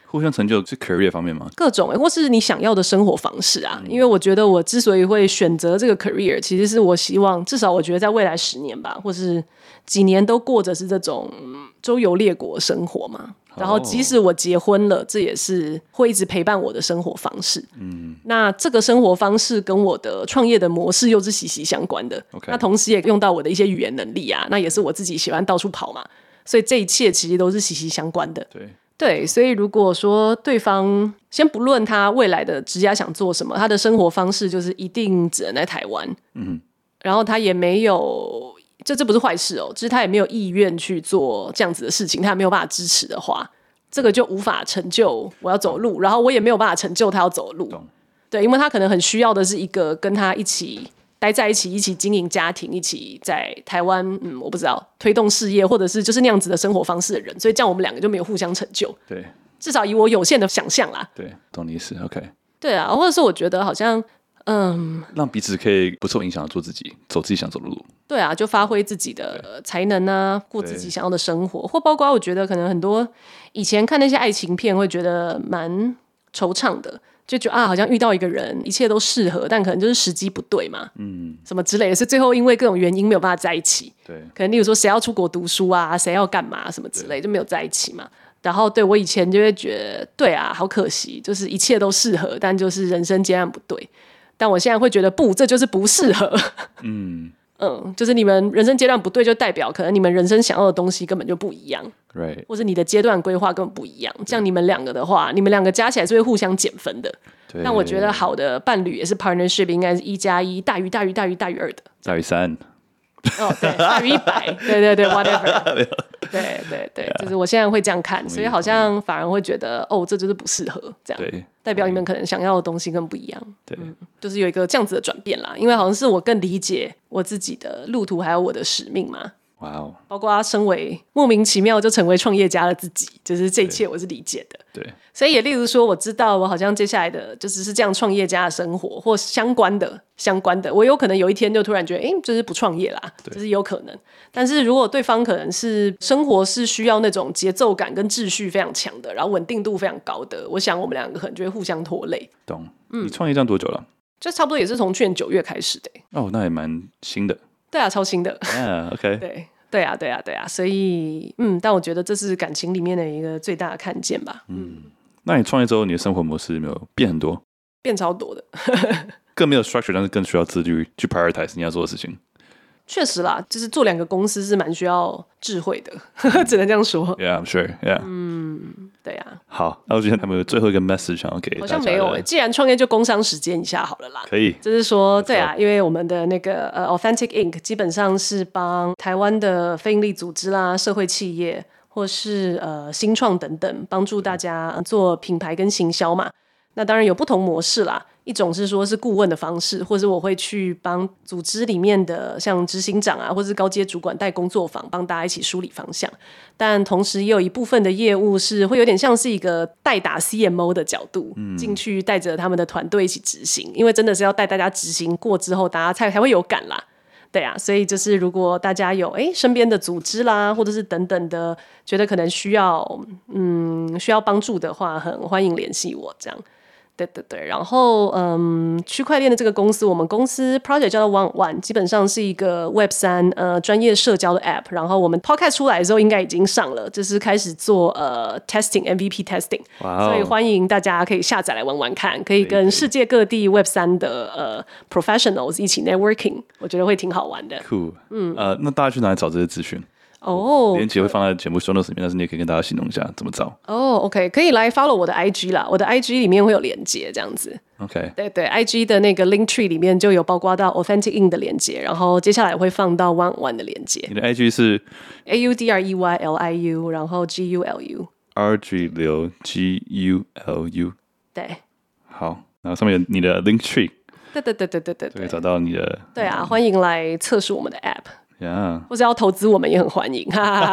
互相成就是 career 方面吗？ 各种、欸、或是你想要的生活方式啊。因为我觉得我之所以会选择这个 career， 其实是我希望至少我觉得在未来十年吧，或是几年都过着是这种周游列国生活嘛。然后即使我结婚了，这也是会一直陪伴我的生活方式。嗯，那这个生活方式跟我的创业的模式又是息息相关的。 Okay. 那同时也用到我的一些语言能力啊，那也是我自己喜欢到处跑嘛，所以这一切其实都是息息相关的。 对。 对，所以如果说对方先不论他未来的职业想做什么，他的生活方式就是一定只能在台湾，嗯，然后他也没有，这这不是坏事哦，就是他也没有意愿去做这样子的事情，他也没有办法支持的话，这个就无法成就我要走的路，然后我也没有办法成就他要走的路。对，因为他可能很需要的是一个跟他一起待在一起，一起经营家庭，一起在台湾，嗯，我不知道推动事业，或者是就是那样子的生活方式的人，所以这样我们两个就没有互相成就。 对， 至少以我有限的想象啦。 对，懂你意思。OK。 对啊，或者是我觉得好像，嗯， 让彼此可以不受影响的做自己，走自己想走的路。 对啊，就发挥自己的才能啊，过自己想要的生活，或包括我觉得可能很多以前看那些爱情片会觉得蛮惆怅的。就觉得啊，好像遇到一个人，一切都适合，但可能就是时机不对嘛，嗯，什么之类的，是最后因为各种原因没有办法在一起。 对， 可能例如说谁要出国读书啊，谁要干嘛什么之类，就没有在一起嘛。然后对我以前就会觉得，对啊，好可惜，就是一切都适合，但就是人生阶段不对。但我现在会觉得不，这就是不适合。嗯嗯，就是你们人生阶段不对，就代表可能你们人生想要的东西根本就不一样。 Right. 或是你的阶段规划根本不一样，这样你们两个的话，你们两个加起来是会互相减分的。但我觉得好的伴侣也是 partnership， 应该是一加一大于大于大于大于二的， 大于三。 哦，对，大于一百，对对对 ，whatever， 对对对， yeah. 就是我现在会这样看，所以好像反而会觉得，哦，这就是不适合，这样， 对， 代表你们可能想要的东西更不一样， 对、 嗯，就是有一个这样子的转变啦，因为好像是我更理解我自己的路途，还有我的使命嘛。 哇哦！ 包括他身为莫名其妙就成为创业家的自己，就是这一切我是理解的。 对， 所以也例如说，我知道我好像接下来的就是是这样创业家的生活，或相关的相关的，我有可能有一天就突然觉得，哎，就是不创业啦，就是有可能。但是如果对方可能是生活是需要那种节奏感跟秩序非常强的，然后稳定度非常高的，我想我们两个可能就会互相拖累。 懂？嗯，你创业这样多久了？ 就差不多也是从去年九月开始的。 哦，那也蛮新的。 对啊，超新的。 Yeah, OK。 对。对啊，对啊，对啊，所以嗯，但我觉得这是感情里面的一个最大的看见吧。嗯， 那你创业之后，你的生活模式有没有变很多？ 变超多的， 更没有 structure， 但是更需要自律去 prioritize 你要做的事情。 确实啦，就是做两个公司是蛮需要智慧的，只能这样说。 Yeah, I'm sure. Yeah. 嗯，对啊。 好，那我觉得他们有最后一个 message 想要给大家。 好像没有诶、欸，既然创业就工商时间一下好了啦。 可以。 就是说，对啊，因为我们的那个呃 Authentic Incorporated 基本上是帮台湾的非营利组织啦、社会企业或是呃新创等等，帮助大家做品牌跟行销嘛。那当然有不同模式啦，一种是说是顾问的方式，或者我会去帮组织里面的像执行长啊，或是高阶主管带工作坊，帮大家一起梳理方向。但同时也有一部分的业务是会有点像是一个代打 C M O 的角度、嗯、进去带着他们的团队一起执行，因为真的是要带大家执行过之后，大家才才会有感啦。对啊，所以就是如果大家有哎身边的组织啦，或者是等等的，觉得可能需要嗯需要帮助的话，很欢迎联系我这样。对对对，然后嗯，区块链的这个公司，我们公司 project 叫做 One One， 基本上是一个 Web 三呃专业社交的 app。然后我们 podcast 出来的时候应该已经上了，就是开始做呃 testing M V P testing，、wow. 所以欢迎大家可以下载来玩玩看，可以跟世界各地 Web 三的呃 professionals 一起 networking， 我觉得会挺好玩的。 Cool， 嗯，呃，那大家去哪里找这些资讯？ 哦、oh, 连结会放在节目 show notes 里面，但是你也可以跟大家形容一下怎么找。 哦、oh, ，OK， 可以来 follow 我的 I G 啦，我的 I G 里面会有连结这样子。 OK， 对对 ，I G 的那个 link tree 里面就有包括到 Authentic Inc 的连结，然后接下来会放到 One One 的连结。 你的 I G 是 A U D R E Y L I U， 然后 G U L U。 R G 流 G U L U。 对。 好，然后上面有你的 link tree。 对对对对对对， 可以找到你的。 对啊，欢迎来测试我们的 app。Yeah. 或者要投资我们也很欢迎，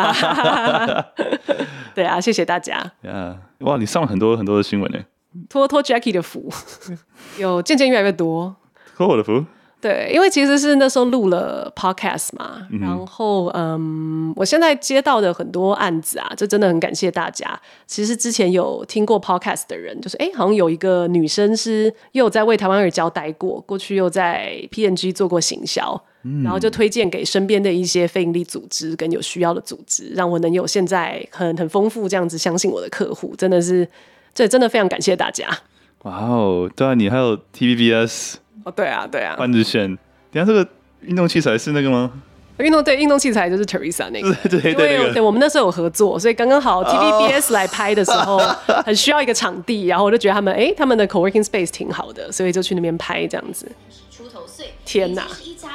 对啊，谢谢大家。 Yeah. 哇，你上了很多很多的新闻呢， 托托 Jackie 的福，有渐渐越来越多。 托我的福？ 对，因为其实是那时候录了 podcast 嘛，嗯、然后嗯，我现在接到的很多案子啊，这真的很感谢大家。其实之前有听过 podcast 的人，就是哎，好像有一个女生是又有在为台湾儿交待过，过去又在 P and G 做过行销。然后就推荐给身边的一些非营利组织跟有需要的组织，让我能有现在很很丰富这样子相信我的客户，真的是，这真的非常感谢大家。 哇哦，对啊，你还有 T V B S 哦，对啊，对啊， 换日线。等一下这个运动器材是那个吗？ 运动对运动器材就是 Teresa 那个， 对对对，因为对我们那时候有合作，所以刚刚好 T V B S 来拍的时候，很需要一个场地，然后我就觉得他们哎，他们的 co-working space 挺好的，所以就去那边拍这样子。天哪！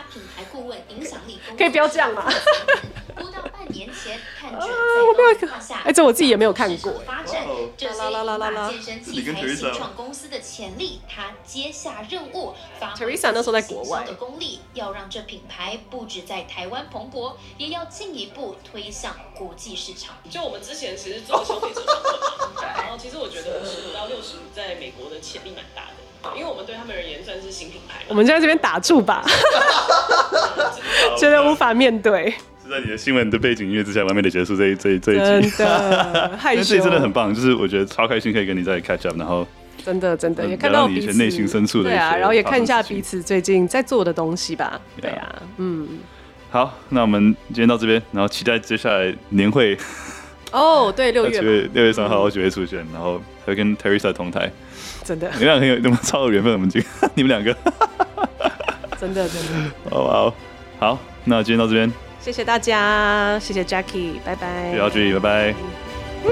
可以不要这样吗？ 不到半年前，看准在高下，哎，这我自己也没有看过。 发展这些马健身器材新创公司的潜力，他接下任务，发挥 Teresa 那时候在国外的功力，要让这品牌不止在台湾蓬勃，也要进一步推向国际市场。 就我们之前其实做消费者上的然后其实我觉得十到六十在美国的潜力蛮大的。因为我们对他们而言算是新品牌，我们就在这边打住吧，觉得无法面对。 是在你的新闻的背景音乐之下，完美的结束这一这一这一集， 真的害羞。 这真的很棒，就是我觉得超开心可以跟你再 catch up， 然后真的真的也看到彼此你以前内心深处的一些， 对啊，然后也看一下彼此最近在做的东西吧，对啊，嗯。 好，那我们今天到这边，然后期待接下来年会。 哦，对，六月六月三号九月出现，然后还会跟 Teresa 同台。 真的， 你们俩很有，你们超有缘分，我们今你们两个， 真的真的， 好好好，那今天到这边， 谢谢大家，谢谢 Jackie， 拜拜， 谢谢 Audrey， 拜拜。嗯。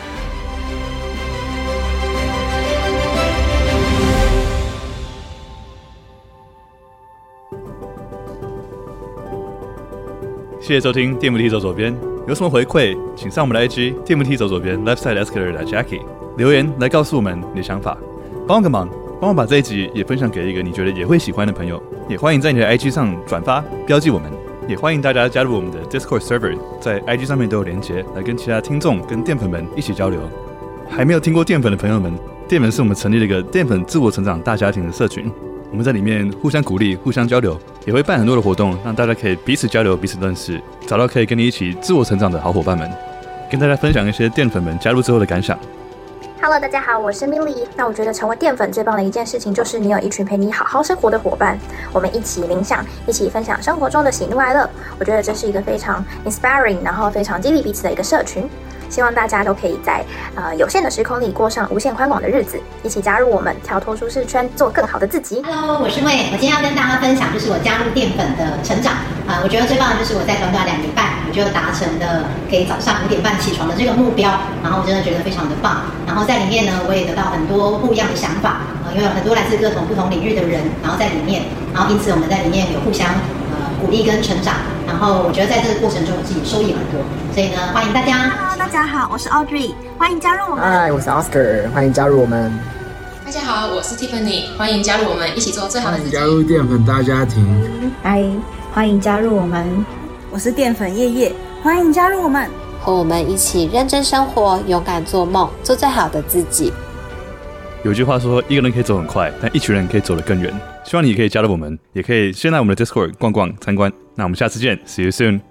谢谢收听电扶梯走左边，有什么回馈，请上我们的 I G 电扶梯走左边 Left Side Escalator 的 Jackie 留言来告诉我们你的想法。帮我个忙，帮我把这一集也分享给一个你觉得也会喜欢的朋友。也欢迎在你的 I G 上转发标记我们，也欢迎大家加入我们的 Discord Server， 在 I G 上面都有连结，来跟其他听众跟淀粉们一起交流。还没有听过淀粉的朋友们，淀粉是我们成立了一个淀粉自我成长大家庭的社群，我们在里面互相鼓励，互相交流，也会办很多的活动，让大家可以彼此交流，彼此认识，找到可以跟你一起自我成长的好伙伴们，跟大家分享一些淀粉们加入之后的感想。 Hello， 大家好，我是 Millie。那我觉得成为淀粉最棒的一件事情，就是你有一群陪你好好生活的伙伴，我们一起冥想，一起分享生活中的喜怒哀乐。我觉得这是一个非常 inspiring， 然后非常激励彼此的一个社群。希望大家都可以在呃有限的时空里过上无限宽广的日子，一起加入我们，跳脱舒适圈，做更好的自己。 Hello， 我是魏，我今天要跟大家分享就是我加入淀粉的成长啊、呃，我觉得最棒的就是我在短短两年半，我就达成了可以早上五点半起床的这个目标，然后我真的觉得非常的棒。然后在里面呢，我也得到很多不一样的想法，呃，因为有很多来自各种不同领域的人，然后在里面，然后因此我们在里面有互相呃鼓励跟成长。然后我觉得在这个过程中，我自己收益很多，所以呢，欢迎大家。 Hello， 大家好，我是 Audrey， 欢迎加入我们。 嗨，我是 Oscar， 欢迎加入我们。 大家好，我是 Tiffany， 欢迎加入我们，一起做最好的自己。 加入淀粉大家庭。 嗨，欢迎加入我们。我是淀粉叶叶，欢迎加入我们， 和我们一起认真生活，勇敢做梦，做最好的自己。 有句话说，一个人可以走很快，但一群人可以走得更远。希望你可以加入我们，也可以先来我们的 Discord 逛逛参观。那我们下次见 ，See you soon。